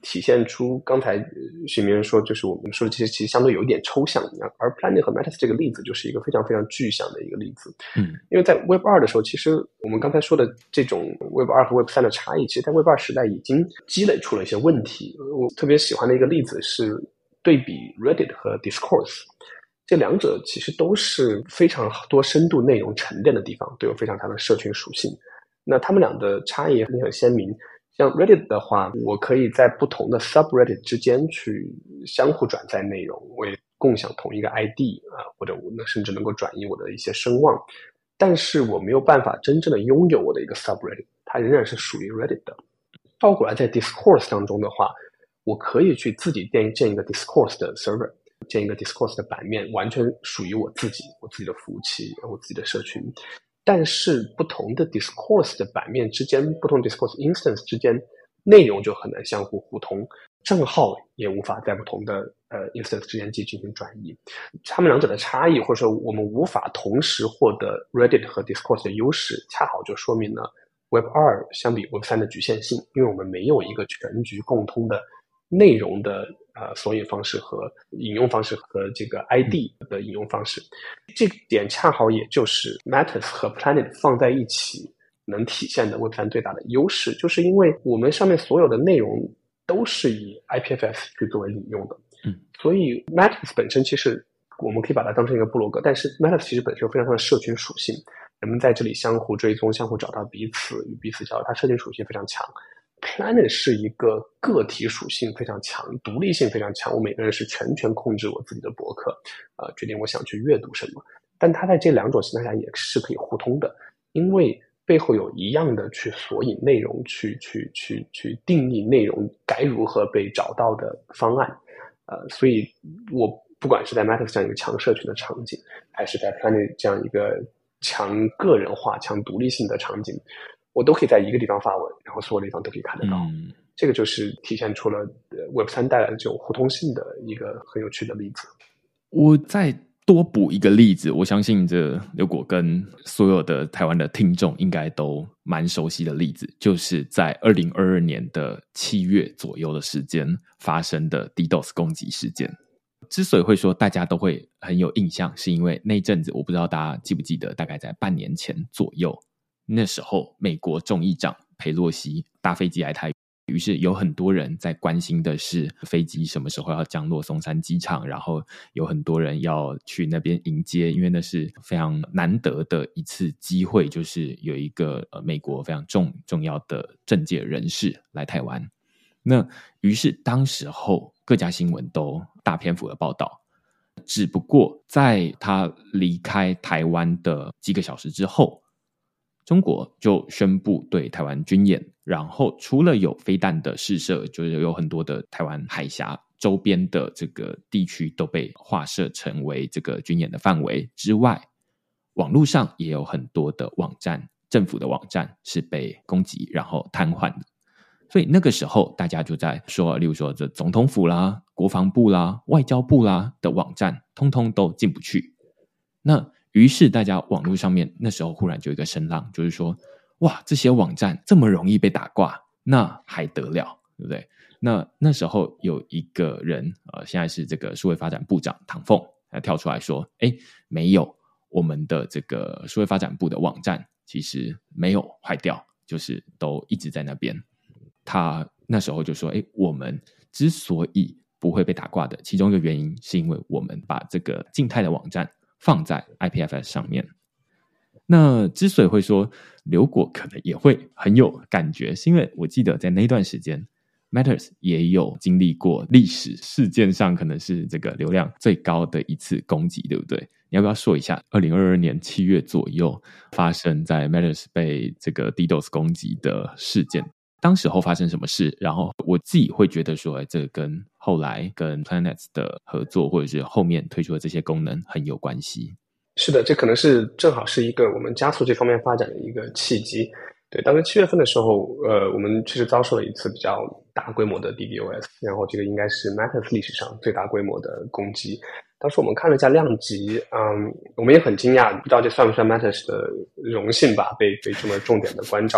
体现出刚才许明说，就是我们说的这些其实相对有一点抽象，而 Planet 和 Matters 这个例子就是一个非常非常具象的一个例子。因为在 Web 2的时候，其实我们刚才说的这种 Web 2和 Web 3的差异，其实在 Web 2时代已经积累出了一些问题。我特别喜欢的一个例子是对比 Reddit 和 Discourse， 这两者其实都是非常多深度内容沉淀的地方，都有非常强的社群属性。那他们俩的差异也很鲜明。像 Reddit 的话，我可以在不同的 subreddit 之间去相互转载内容，我也共享同一个 ID 或者我甚至能够转移我的一些声望，但是我没有办法真正的拥有我的一个 subreddit， 它仍然是属于 Reddit 的。倒过来在 Discourse 当中的话，我可以去自己建一个 Discourse 的 server， 建一个 Discourse 的版面，完全属于我自己的服务器，我自己的社群。但是不同的 Discourse 的版面之间，不同 Discourse instance 之间，内容就很难相互互通，账号也无法在不同的instance 之间进行转移。他们两者的差异，或者说我们无法同时获得 Reddit 和 Discourse 的优势，恰好就说明了 Web 2相比 Web 3的局限性，因为我们没有一个全局共通的内容的索引方式和引用方式和这个 ID 的引用方式。这点恰好也就是 Matters 和 Planet 放在一起能体现的 Web 3最大的优势，就是因为我们上面所有的内容都是以 IPFS 去作为引用的。所以 Matters 本身其实我们可以把它当成一个部落格，但是 Matters 其实本身有非常多的社群属性，人们在这里相互追踪，相互找到彼此，与彼此交流，它社群属性非常强。Planet 是一个个体属性非常强，独立性非常强，我每个人是全权控制我自己的博客，决定我想去阅读什么。但它在这两种形态下也是可以互通的，因为背后有一样的去索引内容，去定义内容该如何被找到的方案。所以我不管是在 Matters 这样一个强社群的场景，还是在 Planet 这样一个强个人化、强独立性的场景，我都可以在一个地方发文，然后所有地方都可以看得到。这个就是体现出了Web 3带来的这种互通性的一个很有趣的例子。 我再多补一个例子，我相信这刘果跟所有的台湾的听众应该都蛮熟悉的例子，就是在2022年的7月左右的时间发生的 DDoS 攻击事件。之所以会说大家都会很有印象，是因为那阵子我不知道大家记不记得，大概在半年前左右，那时候美国众议长裴洛西搭飞机来台，于是有很多人在关心的是飞机什么时候要降落松山机场，然后有很多人要去那边迎接，因为那是非常难得的一次机会，就是有一个美国非常重要的政界人士来台湾。那于是当时候各家新闻都大篇幅的报道，只不过在他离开台湾的几个小时之后，中国就宣布对台湾军演，然后除了有飞弹的试射，就是有很多的台湾海峡周边的这个地区都被划设成为这个军演的范围之外，网络上也有很多的网站，政府的网站是被攻击然后瘫痪的。所以那个时候大家就在说，例如说这总统府啦、国防部啦、外交部啦的网站通通都进不去。那于是大家网络上面那时候忽然就有一个声浪，就是说哇，这些网站这么容易被打挂，那还得了，对不对？那时候有一个人现在是这个数位发展部长唐凤跳出来说，没有，我们的这个数位发展部的网站其实没有坏掉，就是都一直在那边。他那时候就说，我们之所以不会被打挂的其中一个原因是因为我们把这个静态的网站放在 IPFS 上面。那之所以会说刘果可能也会很有感觉，是因为我记得在那段时间 Matters 也有经历过历史事件上可能是这个流量最高的一次攻击，对不对？你要不要说一下2022年7月左右发生在 Matters 被这个 DDoS 攻击的事件，当时候发生什么事？然后我自己会觉得说，这跟后来跟 Planet 的合作，或者是后面推出的这些功能很有关系。 是的，这可能是正好是一个我们加速这方面发展的一个契机。对，当时7月份的时候，我们其实遭受了一次比较大规模的 DDoS， 然后这个应该是 Matters 历史上最大规模的攻击。当时我们看了一下量级，我们也很惊讶，不知道这算不算 Matters 的荣幸吧，被这么重点的关照。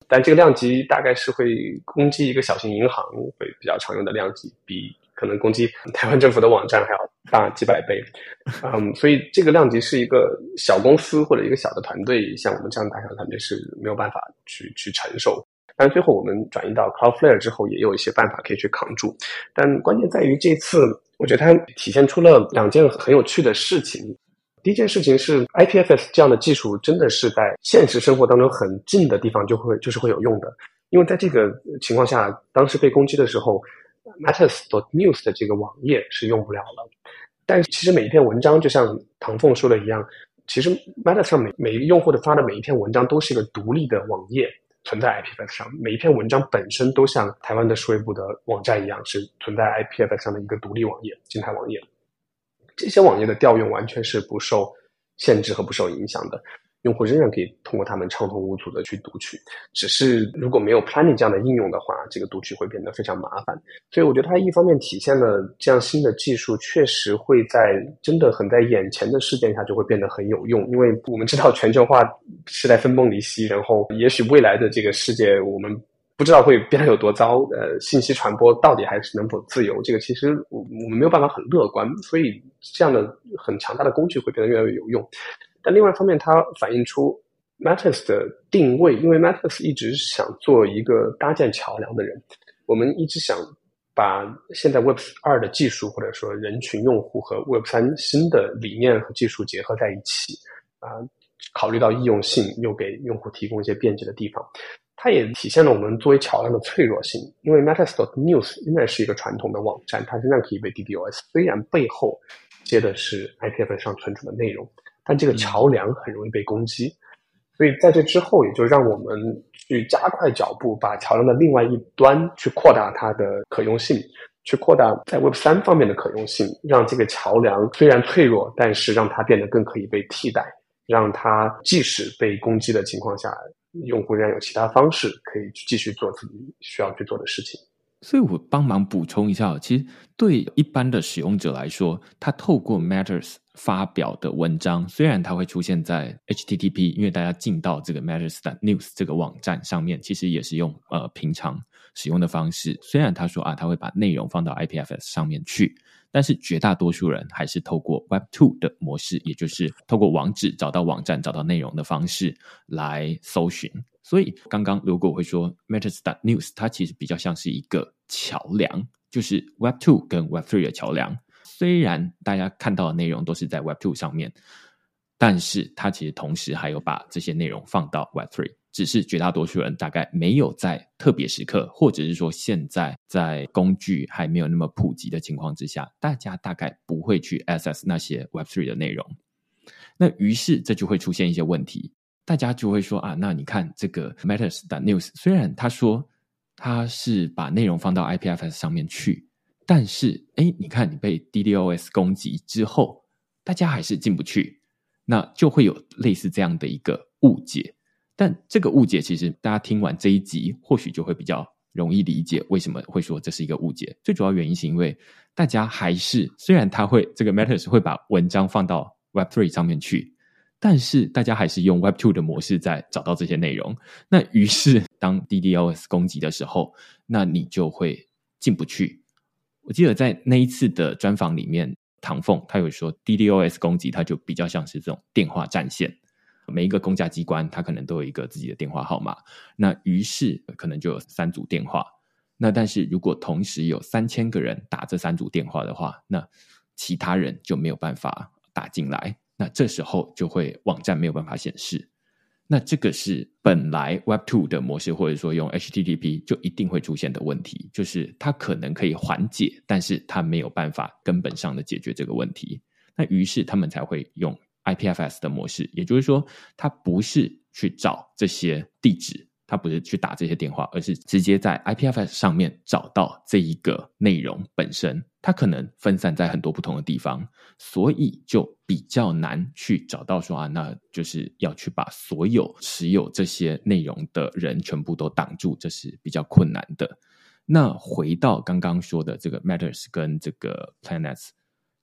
但这个量级大概是会攻击一个小型银行会比较常用的量级，比可能攻击台湾政府的网站还要大几百倍。所以这个量级是一个小公司或者一个小的团队，像我们这样大小的团队是没有办法去承受。但是最后我们转移到 Cloudflare 之后，也有一些办法可以去扛住。但关键在于这次，我觉得它体现出了两件很有趣的事情。第一件事情是 IPFS 这样的技术真的是在现实生活当中很近的地方就是会有用的。因为在这个情况下，当时被攻击的时候 Matters.news 的这个网页是用不了了。但是其实每一篇文章就像唐凤说的一样，其实 Matters 上每一个用户的发的每一篇文章都是一个独立的网页存在 IPFS 上，每一篇文章本身都像台湾的数位部的网站一样是存在 IPFS 上的一个独立网页，静态网页。这些网页的调用完全是不受限制和不受影响的，用户仍然可以通过它们畅通无阻的去读取，只是如果没有 Planning 这样的应用的话，这个读取会变得非常麻烦。所以我觉得它一方面体现了这样新的技术确实会在真的很在眼前的事件下就会变得很有用，因为我们知道全球化是在分崩离析，然后也许未来的这个世界我们不知道会变得有多糟，信息传播到底还是能否自由，这个其实我们没有办法很乐观，所以这样的很强大的工具会变得越来越有用。但另外一方面，它反映出 Matters 的定位，因为 Matters 一直想做一个搭建桥梁的人，我们一直想把现在 Web2 的技术或者说人群用户和 Web3 新的理念和技术结合在一起，考虑到易用性，又给用户提供一些便捷的地方。它也体现了我们作为桥梁的脆弱性，因为 Matters.news 仍然是一个传统的网站，它仍然可以被 DDoS， 虽然背后接的是 IPFS 上存储的内容，但这个桥梁很容易被攻击。所以在这之后，也就让我们去加快脚步，把桥梁的另外一端去扩大它的可用性，去扩大在 Web3 方面的可用性，让这个桥梁虽然脆弱，但是让它变得更可以被替代，让它即使被攻击的情况下，用户仍然有其他方式可以继续做自己需要去做的事情。 所以我帮忙补充一下，其实对一般的使用者来说，他透过 Matters 发表的文章，虽然它会出现在 HTTP， 因为大家进到这个 Matters.news 这个网站上面，其实也是用平常使用的方式。虽然他说他会把内容放到 IPFS 上面去，但是绝大多数人还是透过 Web2 的模式，也就是透过网址找到网站、找到内容的方式来搜寻。所以刚刚如果我会说 Matters.news 它其实比较像是一个桥梁，就是 Web2 跟 Web3 的桥梁。虽然大家看到的内容都是在 Web2 上面，但是它其实同时还有把这些内容放到 Web3， 只是绝大多数人大概没有在特别时刻，或者是说现在在工具还没有那么普及的情况之下，大家大概不会去 access 那些 Web3 的内容。那于是这就会出现一些问题，大家就会说那你看这个 Matters.news 虽然他说他是把内容放到 IPFS 上面去，但是你看你被 DDoS 攻击之后，大家还是进不去，那就会有类似这样的一个误解。但这个误解其实大家听完这一集或许就会比较容易理解为什么会说这是一个误解。最主要原因是因为大家还是虽然他会这个 Matters 会把文章放到 Web3 上面去，但是大家还是用 Web2 的模式在找到这些内容。那于是当 DDoS 攻击的时候，那你就会进不去。我记得在那一次的专访里面，唐凤他有说 DDoS 攻击它就比较像是这种电话占线，每一个公家机关它可能都有一个自己的电话号码，那于是可能就有3组电话，那但是如果同时有3000个人打这3组电话的话，那其他人就没有办法打进来，那这时候就会网站没有办法显示。那这个是本来 Web2 的模式或者说用 HTTP 就一定会出现的问题，就是它可能可以缓解，但是它没有办法根本上的解决这个问题。那于是他们才会用 IPFS 的模式，也就是说它不是去找这些地址，它不是去打这些电话，而是直接在 IPFS 上面找到这一个内容本身，它可能分散在很多不同的地方，所以就比较难去找到说那就是要去把所有持有这些内容的人全部都挡住，这是比较困难的。那回到刚刚说的这个 Matters 跟这个 Planets，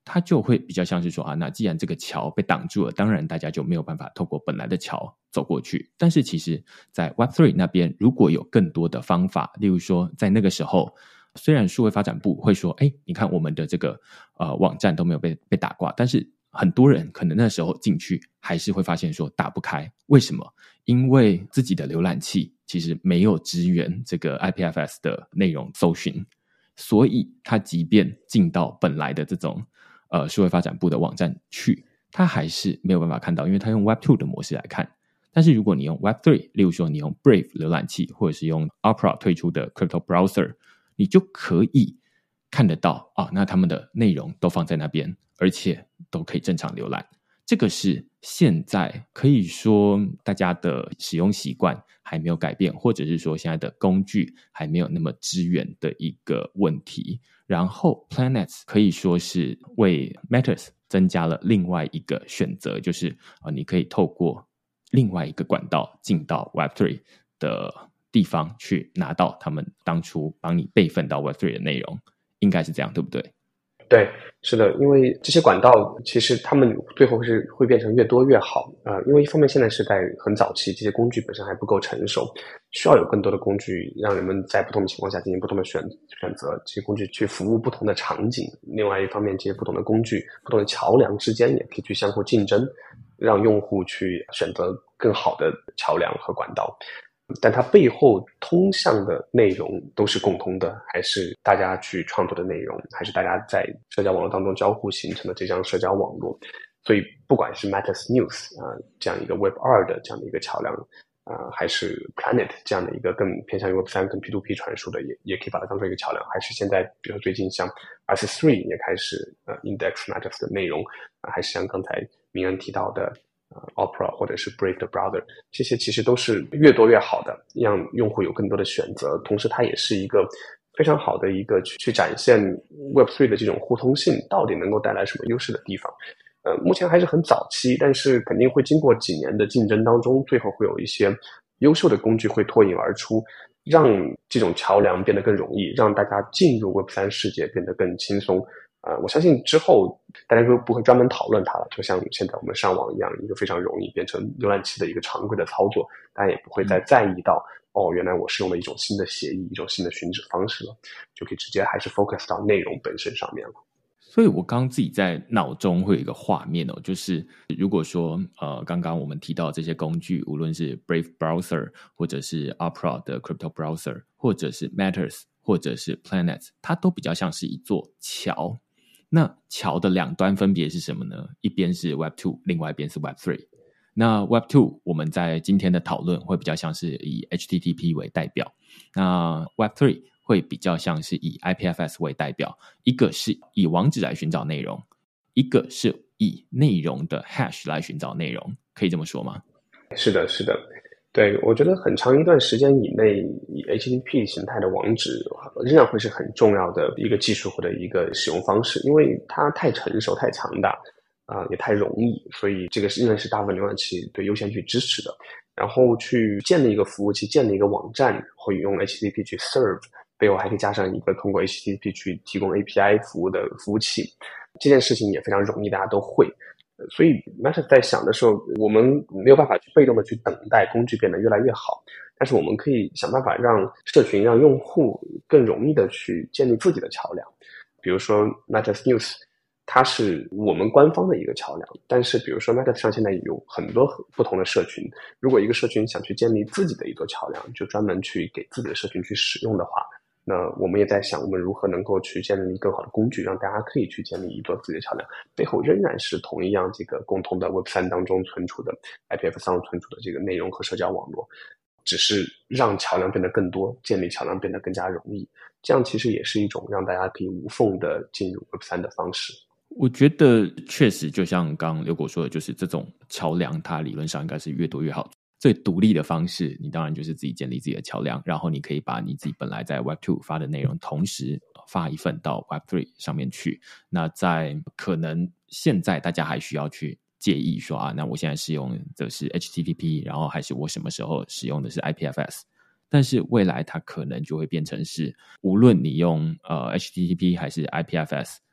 它就会比较像是说那既然这个桥被挡住了，当然大家就没有办法透过本来的桥走过去。但是其实在 Web3 那边如果有更多的方法，例如说在那个时候虽然数位发展部会说你看我们的这个网站都没有被打挂，但是很多人可能那时候进去还是会发现说打不开。为什么？因为自己的浏览器其实没有支援这个 IPFS 的内容搜寻，所以它即便进到本来的这种数位发展部的网站去，它还是没有办法看到，因为它用 Web2 的模式来看。但是如果你用 Web3， 例如说你用 Brave 浏览器或者是用 Opera 推出的 Crypto Browser， 你就可以看得到那他们的内容都放在那边，而且都可以正常浏览。这个是现在可以说大家的使用习惯还没有改变，或者是说现在的工具还没有那么支援的一个问题。然后 Planets 可以说是为 Matters 增加了另外一个选择，就是你可以透过另外一个管道进到 Web3 的地方去拿到他们当初帮你备份到 Web3 的内容，应该是这样对不对？ 对，是的，因为这些管道其实他们最后是会变成越多越好因为一方面现在是在很早期，这些工具本身还不够成熟，需要有更多的工具让人们在不同的情况下进行不同的选择，这些工具去服务不同的场景。另外一方面，这些不同的工具、不同的桥梁之间也可以去相互竞争，让用户去选择更好的桥梁和管道。但它背后通向的内容都是共通的，还是大家去创作的内容，还是大家在社交网络当中交互形成的这张社交网络。所以不管是 Matters News 这样一个 Web2 的这样的一个桥梁还是 Planet 这样的一个更偏向于 Web3 跟 P2P 传输的，也可以把它当做一个桥梁。还是现在比如说最近像 S3 也开始index Matters 的内容还是像刚才明恩提到的Opera 或者是 Brave 的 Browser， 这些其实都是越多越好的，让用户有更多的选择。同时它也是一个非常好的一个去展现 Web3 的这种互通性到底能够带来什么优势的地方。目前还是很早期，但是肯定会经过几年的竞争当中，最后会有一些优秀的工具会脱颖而出，让这种桥梁变得更容易，让大家进入 Web3 世界变得更轻松。我相信之后大家就不会专门讨论它了，就像现在我们上网一样，一个非常容易变成浏览器的一个常规的操作，大家也不会再在意到原来我是用了一种新的协议，一种新的寻址方式了，就可以直接还是 focus 到内容本身上面了。 所以我刚自己在脑中会有一个画面就是如果说刚刚我们提到这些工具，无论是 Brave Browser 或者是 Opera 的 Crypto Browser 或者是 Matters 或者是 Planets， 它都比较像是一座桥。那桥的两端分别是什么呢？一边是 Web2， 另外一边是 Web3。那 Web2 我们在今天的讨论会比较像是以 HTTP 为代表，那 Web3 会比较像是以 IPFS 为代表，一个是以网址来寻找内容，一个是以内容的 hash 来寻找内容，可以这么说吗？ 是的，是的。对，我觉得很长一段时间以内，以 HTTP 形态的网址仍然会是很重要的一个技术或者一个使用方式，因为它太成熟、太强大也太容易，所以这个仍然是大部分浏览器对优先去支持的。然后去建立一个服务器、建立一个网站，会用 HTTP 去 serve， 背后还可以加上一个通过 HTTP 去提供 API 服务的服务器，这件事情也非常容易，大家都会。所以 Matters 在想的时候，我们没有办法去被动的去等待工具变得越来越好，但是我们可以想办法让社群、让用户更容易的去建立自己的桥梁。比如说 Matters News， 它是我们官方的一个桥梁，但是比如说 Matters 上现在有很多不同的社群，如果一个社群想去建立自己的一座桥梁，就专门去给自己的社群去使用的话，那我们也在想我们如何能够去建立更好的工具，让大家可以去建立一座自己的桥梁，背后仍然是同一样这个共同的 Web3 当中存储的 IPFS 当中存储的这个内容和社交网络，只是让桥梁变得更多，建立桥梁变得更加容易，这样其实也是一种让大家可以无缝的进入 Web3 的方式。 我觉得确实就像刚刚刘果说的，就是这种桥梁它理论上应该是越多越好。最独立的方式，你当然就是自己建立自己的桥梁，然后你可以把你自己本来在 Web2 发的内容同时发一份到 Web3 上面去。那在可能现在大家还需要去介意说那我现在使用的是 HTTP， 然后还是我什么时候使用的是 IPFS， 但是未来它可能就会变成是无论你用HTTP 还是 IPFS，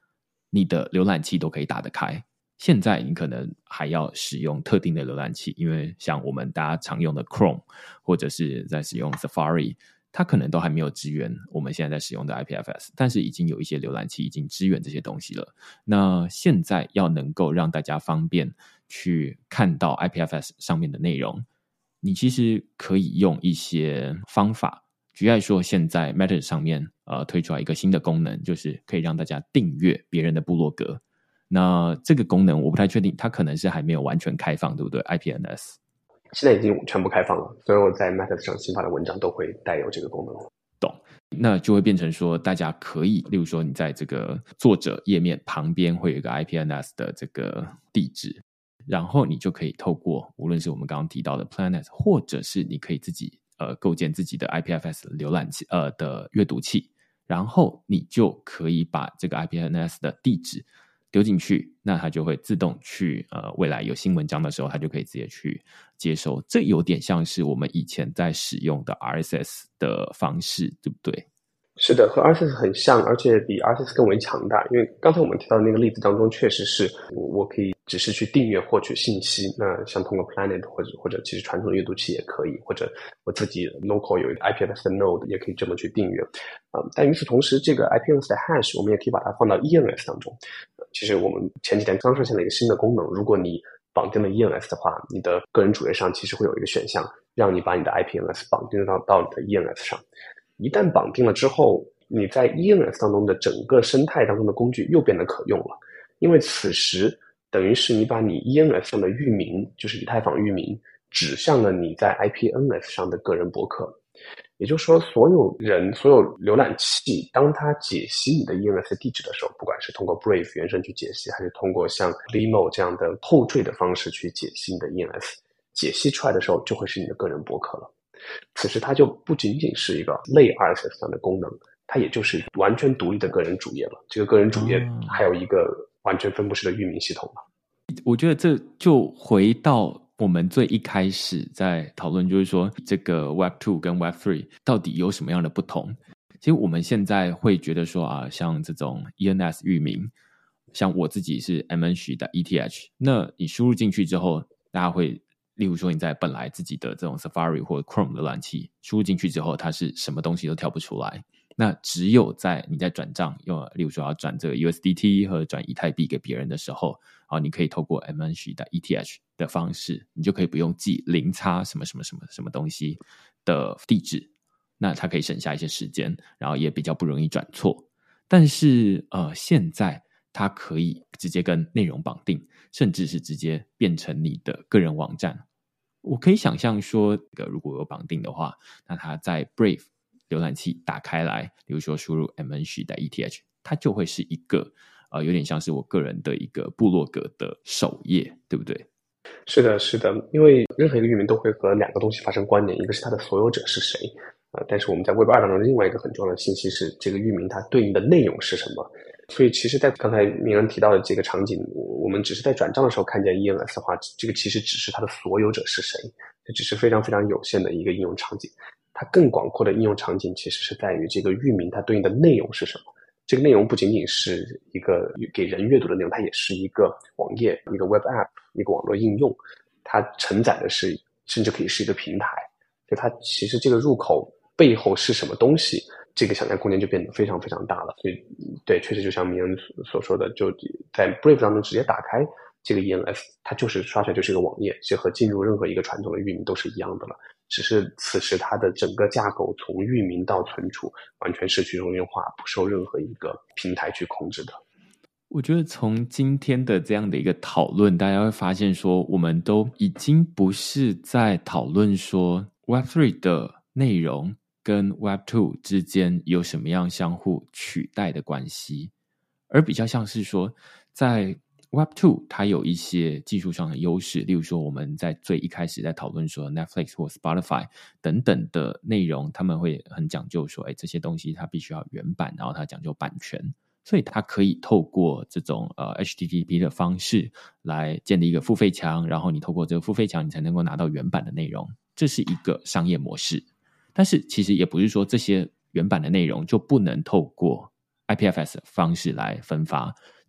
你的浏览器都可以打得开。现在你可能还要使用特定的浏览器，因为像我们大家常用的 Chrome 或者是在使用 Safari， 它可能都还没有支援我们现在在使用的 IPFS， 但是已经有一些浏览器已经支援这些东西了。那现在要能够让大家方便去看到 IPFS 上面的内容，你其实可以用一些方法。举例来说，现在 Meta 上面推出来一个新的功能，就是可以让大家订阅别人的部落格。那这个功能我不太确定，它可能是还没有完全开放，对不对 ？IPNS 现在已经全部开放了，所有在 Meta 上新发的文章都会带有这个功能。 懂，那就会变成说，大家可以，例如说你在这个作者页面旁边会有一个 IPNS 的这个地址，然后你就可以透过无论是我们刚刚提到的 Planet， 或者是你可以自己构建自己的 IPFS 浏览器的阅读器，然后你就可以把这个 IPNS 的地址丢进去，那它就会自动去未来有新文章的时候，它就可以直接去接收。这有点像是我们以前在使用的 RSS 的方式，对不对？ 是的，和 RSS 很像，而且比 RSS 更为强大。因为刚才我们提到的那个例子当中，确实是我可以只是去订阅获取信息。那像通过 Planet 或者其实传统的阅读器也可以，或者我自己 local 有一个 IPFS 的 node 也可以这么去订阅。但与此同时，这个 IPFS 的 hash 我们也可以把它放到 ENS 当中。其实我们前几天刚上线了一个新的功能，如果你绑定了 ENS 的话，你的个人主页上其实会有一个选项，让你把你的 IPNS 绑定到你的 ENS 上。一旦绑定了之后，你在 ENS 当中的整个生态当中的工具又变得可用了，因为此时等于是你把你 ENS 上的域名，就是以太坊域名，指向了你在 IPNS 上的个人博客。也就是说，所有浏览器，当它解析你的 ENS 地址的时候，不管是通过 Brave 原生去解析，还是通过像 Limo 这样的后缀的方式去解析你的 ENS， 解析出来的时候就会是你的个人博客了。此时它就不仅仅是一个类 RSS 上的功能，它也就是完全独立的个人主页了。这个个人主页还有一个完全分布式的域名系统了。 我觉得这就回到我们最一开始在讨论，就是说这个 Web2 跟 Web3 到底有什么样的不同。其实我们现在会觉得说像这种 ENS 域名，像我自己是 MNC.ETH， 那你输入进去之后，大家会例如说你在本来自己的这种 Safari 或者 Chrome 浏览器输入进去之后，它是什么东西都跳不出来。那只有在你在转账例如说要转这个 USDT 或者转以太币给别人的时候，你可以透过 MNC.ETH 的方式，你就可以不用记0叉什么什么什么什么东西的地址，那它可以省下一些时间，然后也比较不容易转错。但是现在它可以直接跟内容绑定，甚至是直接变成你的个人网站。我可以想象说，如果有绑定的话，那它在 Brave 浏览器打开来，比如说输入 MNC.ETH， 它就会是一个有点像是我个人的一个部落格的首页，对不对？ 是的，是的，因为任何一个域名都会和两个东西发生关联，一个是它的所有者是谁，但是我们在 Web2 当中另外一个很重要的信息是这个域名它对应的内容是什么。所以其实在刚才明恩提到的这个场景，我们只是在转账的时候看见 ENS 的话，这个其实只是它的所有者是谁，这只是非常非常有限的一个应用场景。它更广阔的应用场景其实是在于这个域名它对应的内容是什么。这个内容不仅仅是一个给人阅读的内容，它也是一个网页，一个 Web App， 一个网络应用，它承载的是甚至可以是一个平台。就它其实这个入口背后是什么东西，这个想象空间就变得非常非常大了。所以对，确实就像明恩所说的，就在 Brave 当中直接打开这个 ENS， 它就是刷出来就是一个网页，这和进入任何一个传统的域名都是一样的了。只是此时它的整个架构从域名到存储完全是去中心化，不受任何一个平台去控制的。 我觉得从今天的这样的一个讨论，大家会发现说，我们都已经不是在讨论说 Web3 的内容跟 Web2 之间有什么样相互取代的关系，而比较像是说在Web2 它有一些技术上的优势，例如说我们在最一开始在讨论说 Netflix 或 Spotify 等等的内容，他们会很讲究说这些东西它必须要原版，然后它讲究版权，所以它可以透过这种HTTP 的方式来建立一个付费墙，然后你透过这个付费墙你才能够拿到原版的内容，这是一个商业模式。但是其实也不是说这些原版的内容就不能透过IPFS 方式来分发，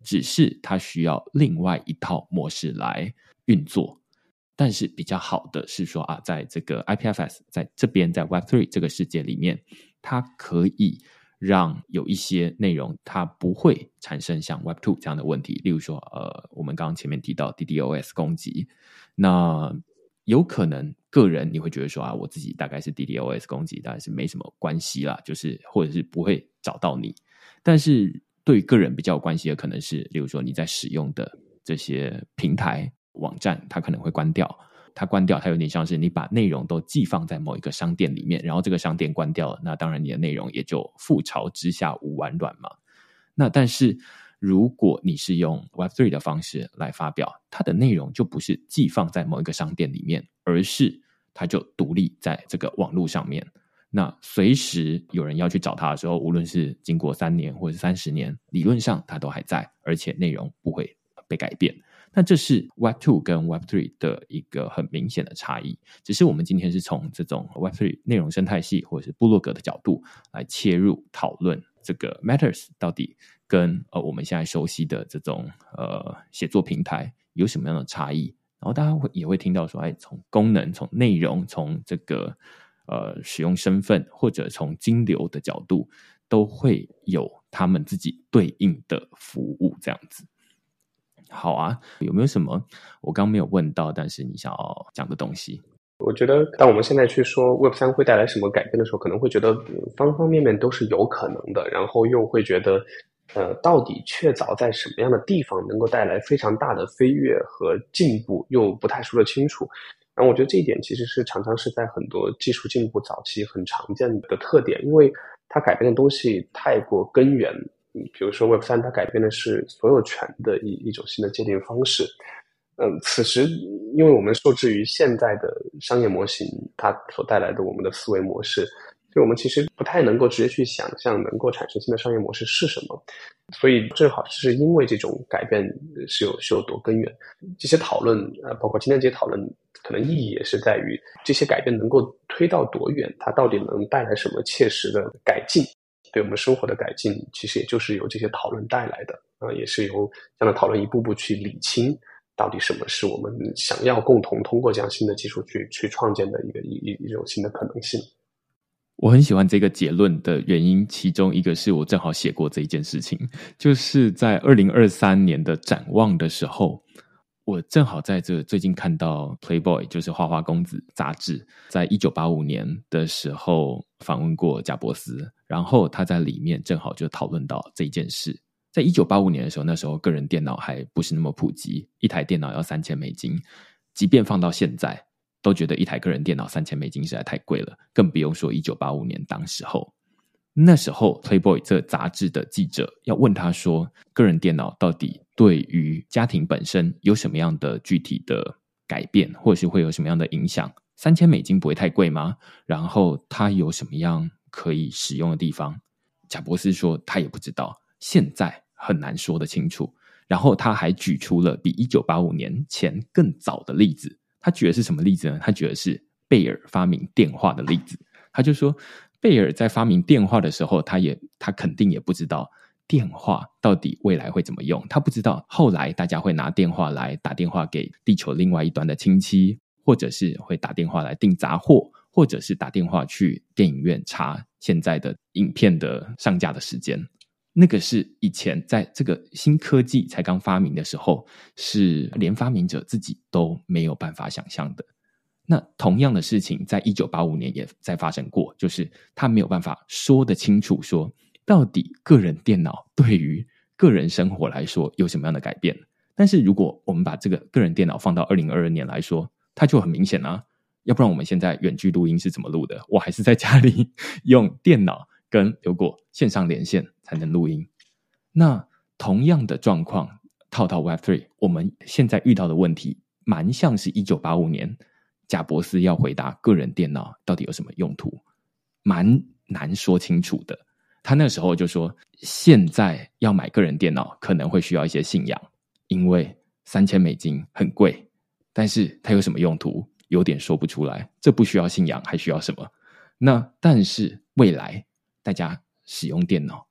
只是它需要另外一套模式来运作。但是比较好的是说在这个 IPFS 在这边在 Web3 这个世界里面，它可以让有一些内容它不会产生像 Web2 这样的问题，例如说我们刚刚前面提到 DDoS 攻击，那有可能个人你会觉得说我自己大概是 DDoS 攻击，大概是没什么关系啦，就是或者是不会找到你。但是对于个人比较有关系的可能是，例如说你在使用的这些平台网站它可能会关掉，它有点像是你把内容都寄放在某一个商店里面，然后这个商店关掉了，那当然你的内容也就覆巢之下无完卵嘛。那但是如果你是用 Web3 的方式来发表，它的内容就不是寄放在某一个商店里面，而是它就独立在这个网络上面。那随时有人要去找它的时候，无论是经过3年或者30年，理论上它都还在，而且内容不会被改变。那这是 Web2 跟 Web3 的一个很明显的差异，只是我们今天是从这种 Web3 内容生态系或者是部落格的角度来切入讨论这个 Matters 到底跟我们现在熟悉的这种写作平台有什么样的差异。然后大家也会听到说从功能、从内容、从这个使用身份或者从金流的角度都会有他们自己对应的服务这样子。好啊，有没有什么我刚没有问到但是你想要讲的东西？ 我觉得当我们现在去说 Web3 会带来什么改变的时候，可能会觉得方方面面都是有可能的，然后又会觉得到底确凿在什么样的地方能够带来非常大的飞跃和进步，又不太说得清楚。然后我觉得这一点其实是常常是在很多技术进步早期很常见的特点，因为它改变的东西太过根源。比如说 Web3 它改变的是所有权的一种新的界定方式。此时因为我们受制于现在的商业模型它所带来的我们的思维模式，所以我们其实不太能够直接去想象能够产生新的商业模式是什么。所以正好是因为这种改变是有多根源，这些讨论包括今天这些讨论可能意义也是在于这些改变能够推到多远，它到底能带来什么切实的改进，对我们生活的改进，其实也就是由这些讨论带来的也是由这样的讨论一步步去理清到底什么是我们想要共同通过这样新的技术去创建的一种新的可能性。 我很喜欢这个结论的原因，其中一个是我正好写过这一件事情，就是在2023年的展望的时候，我正好在这最近看到 Playboy 就是花花公子杂志在1985年的时候访问过贾伯斯，然后他在里面正好就讨论到这一件事。在1985年的时候，那时候个人电脑还不是那么普及，一台电脑要$3000，即便放到现在都觉得一台个人电脑$3000实在太贵了，更不用说1985年当时候。那时候 Playboy 这杂志的记者要问他说，个人电脑到底对于家庭本身有什么样的具体的改变，或者是会有什么样的影响？$3000不会太贵吗？然后它有什么样可以使用的地方？贾伯斯说他也不知道，现在很难说得清楚。然后他还举出了比1985年前更早的例子，他举的是什么例子呢？他举的是贝尔发明电话的例子。他就说贝尔在发明电话的时候，他肯定也不知道电话到底未来会怎么用，他不知道后来大家会拿电话来打电话给地球另外一端的亲戚，或者是会打电话来订杂货，或者是打电话去电影院查现在的影片的上架的时间。那个是以前在这个新科技才刚发明的时候，是连发明者自己都没有办法想象的。那同样的事情在1985年也在发生过，就是他没有办法说得清楚说到底个人电脑对于个人生活来说有什么样的改变。但是如果我们把这个个人电脑放到2022年来说，它就很明显啊，要不然我们现在远距录音是怎么录的？我还是在家里用电脑跟刘果线上连线才能录音。那同样的状况套到 Web3， 我们现在遇到的问题蛮像是1985年贾伯斯要回答个人电脑到底有什么用途，蛮难说清楚的。他那时候就说，现在要买个人电脑可能会需要一些信仰，因为$3000很贵，但是它有什么用途有点说不出来，这不需要信仰还需要什么？那但是未来大家使用电脑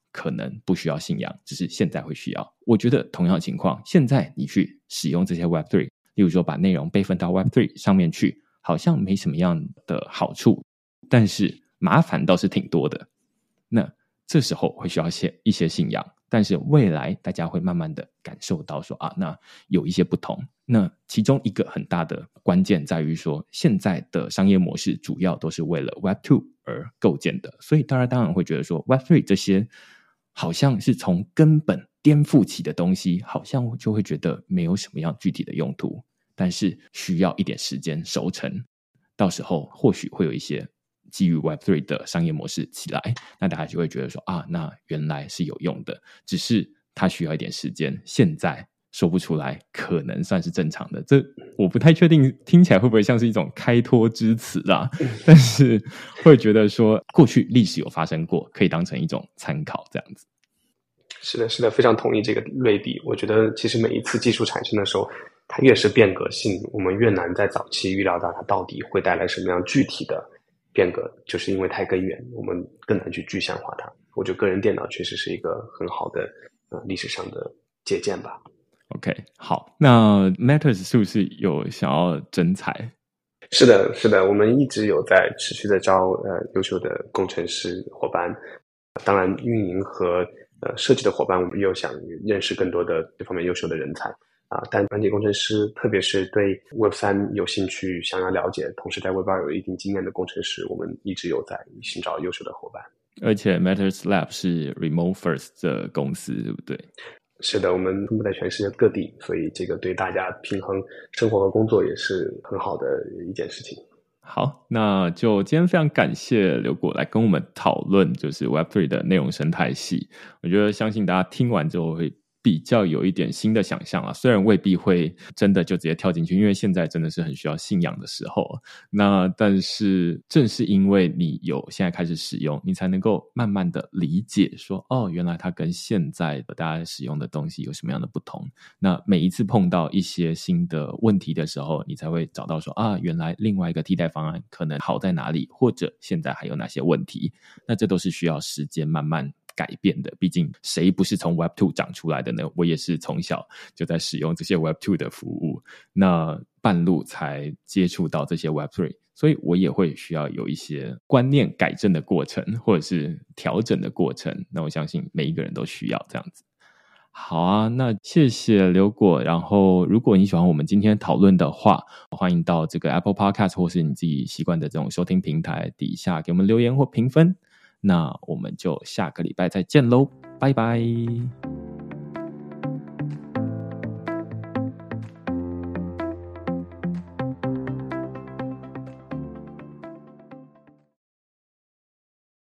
可能不需要信仰，只是现在会需要。我觉得同样的情况，现在你去使用这些 Web3， 例如说把内容备份到 Web3 上面去，好像没什么样的好处，但是麻烦倒是挺多的。那这时候会需要一些信仰，但是未来大家会慢慢的感受到说那有一些不同。那其中一个很大的关键在于说，现在的商业模式主要都是为了 Web2 而构建的，所以大家当然会觉得说 Web3 这些好像是从根本颠覆起的东西，好像就会觉得没有什么样具体的用途，但是需要一点时间熟成，到时候或许会有一些基于 Web3 的商业模式起来，那大家就会觉得说那原来是有用的，只是它需要一点时间，现在说不出来，可能算是正常的。这我不太确定听起来会不会像是一种开脱之词啦，但是会觉得说过去历史有发生过，可以当成一种参考这样子。 是的，是的，非常同意这个类比。我觉得其实每一次技术产生的时候，它越是变革性，我们越难在早期预料到它到底会带来什么样具体的变革，就是因为太根源，我们更难去具象化它。我觉得个人电脑确实是一个很好的历史上的借鉴吧。 OK， 好，那 Matters 是不是有想要征才？ 是的，是的，我们一直有在持续的招优秀的工程师伙伴，当然运营和设计的伙伴，我们又想认识更多的这方面优秀的人才但软件工程师，特别是对 Web3 有兴趣、想要了解，同时在 Web2 有一定经验的工程师，我们一直有在寻找优秀的伙伴。 而且 Matters Lab 是 Remote First 的公司，对不对？ 是的，我们分布在全世界各地，所以这个对大家平衡生活和工作也是很好的一件事情。 好，那就今天非常感谢刘果来跟我们讨论就是 Web3 的内容生态系。我觉得相信大家听完之后会比较有一点新的想象啊，虽然未必会真的就直接跳进去，因为现在真的是很需要信仰的时候。那但是正是因为你有现在开始使用，你才能够慢慢的理解说原来它跟现在的大家使用的东西有什么样的不同。那每一次碰到一些新的问题的时候，你才会找到说原来另外一个替代方案可能好在哪里，或者现在还有哪些问题。那这都是需要时间慢慢改变的，毕竟谁不是从 Web2 长出来的呢？我也是从小就在使用这些 Web2 的服务，那半路才接触到这些 Web3， 所以我也会需要有一些观念改正的过程，或者是调整的过程。那我相信每一个人都需要这样子。好啊，那谢谢刘果。然后如果你喜欢我们今天讨论的话，欢迎到这个 Apple Podcast 或是你自己习惯的这种收听平台底下给我们留言或评分。那我们就下个礼拜再见咯，拜拜。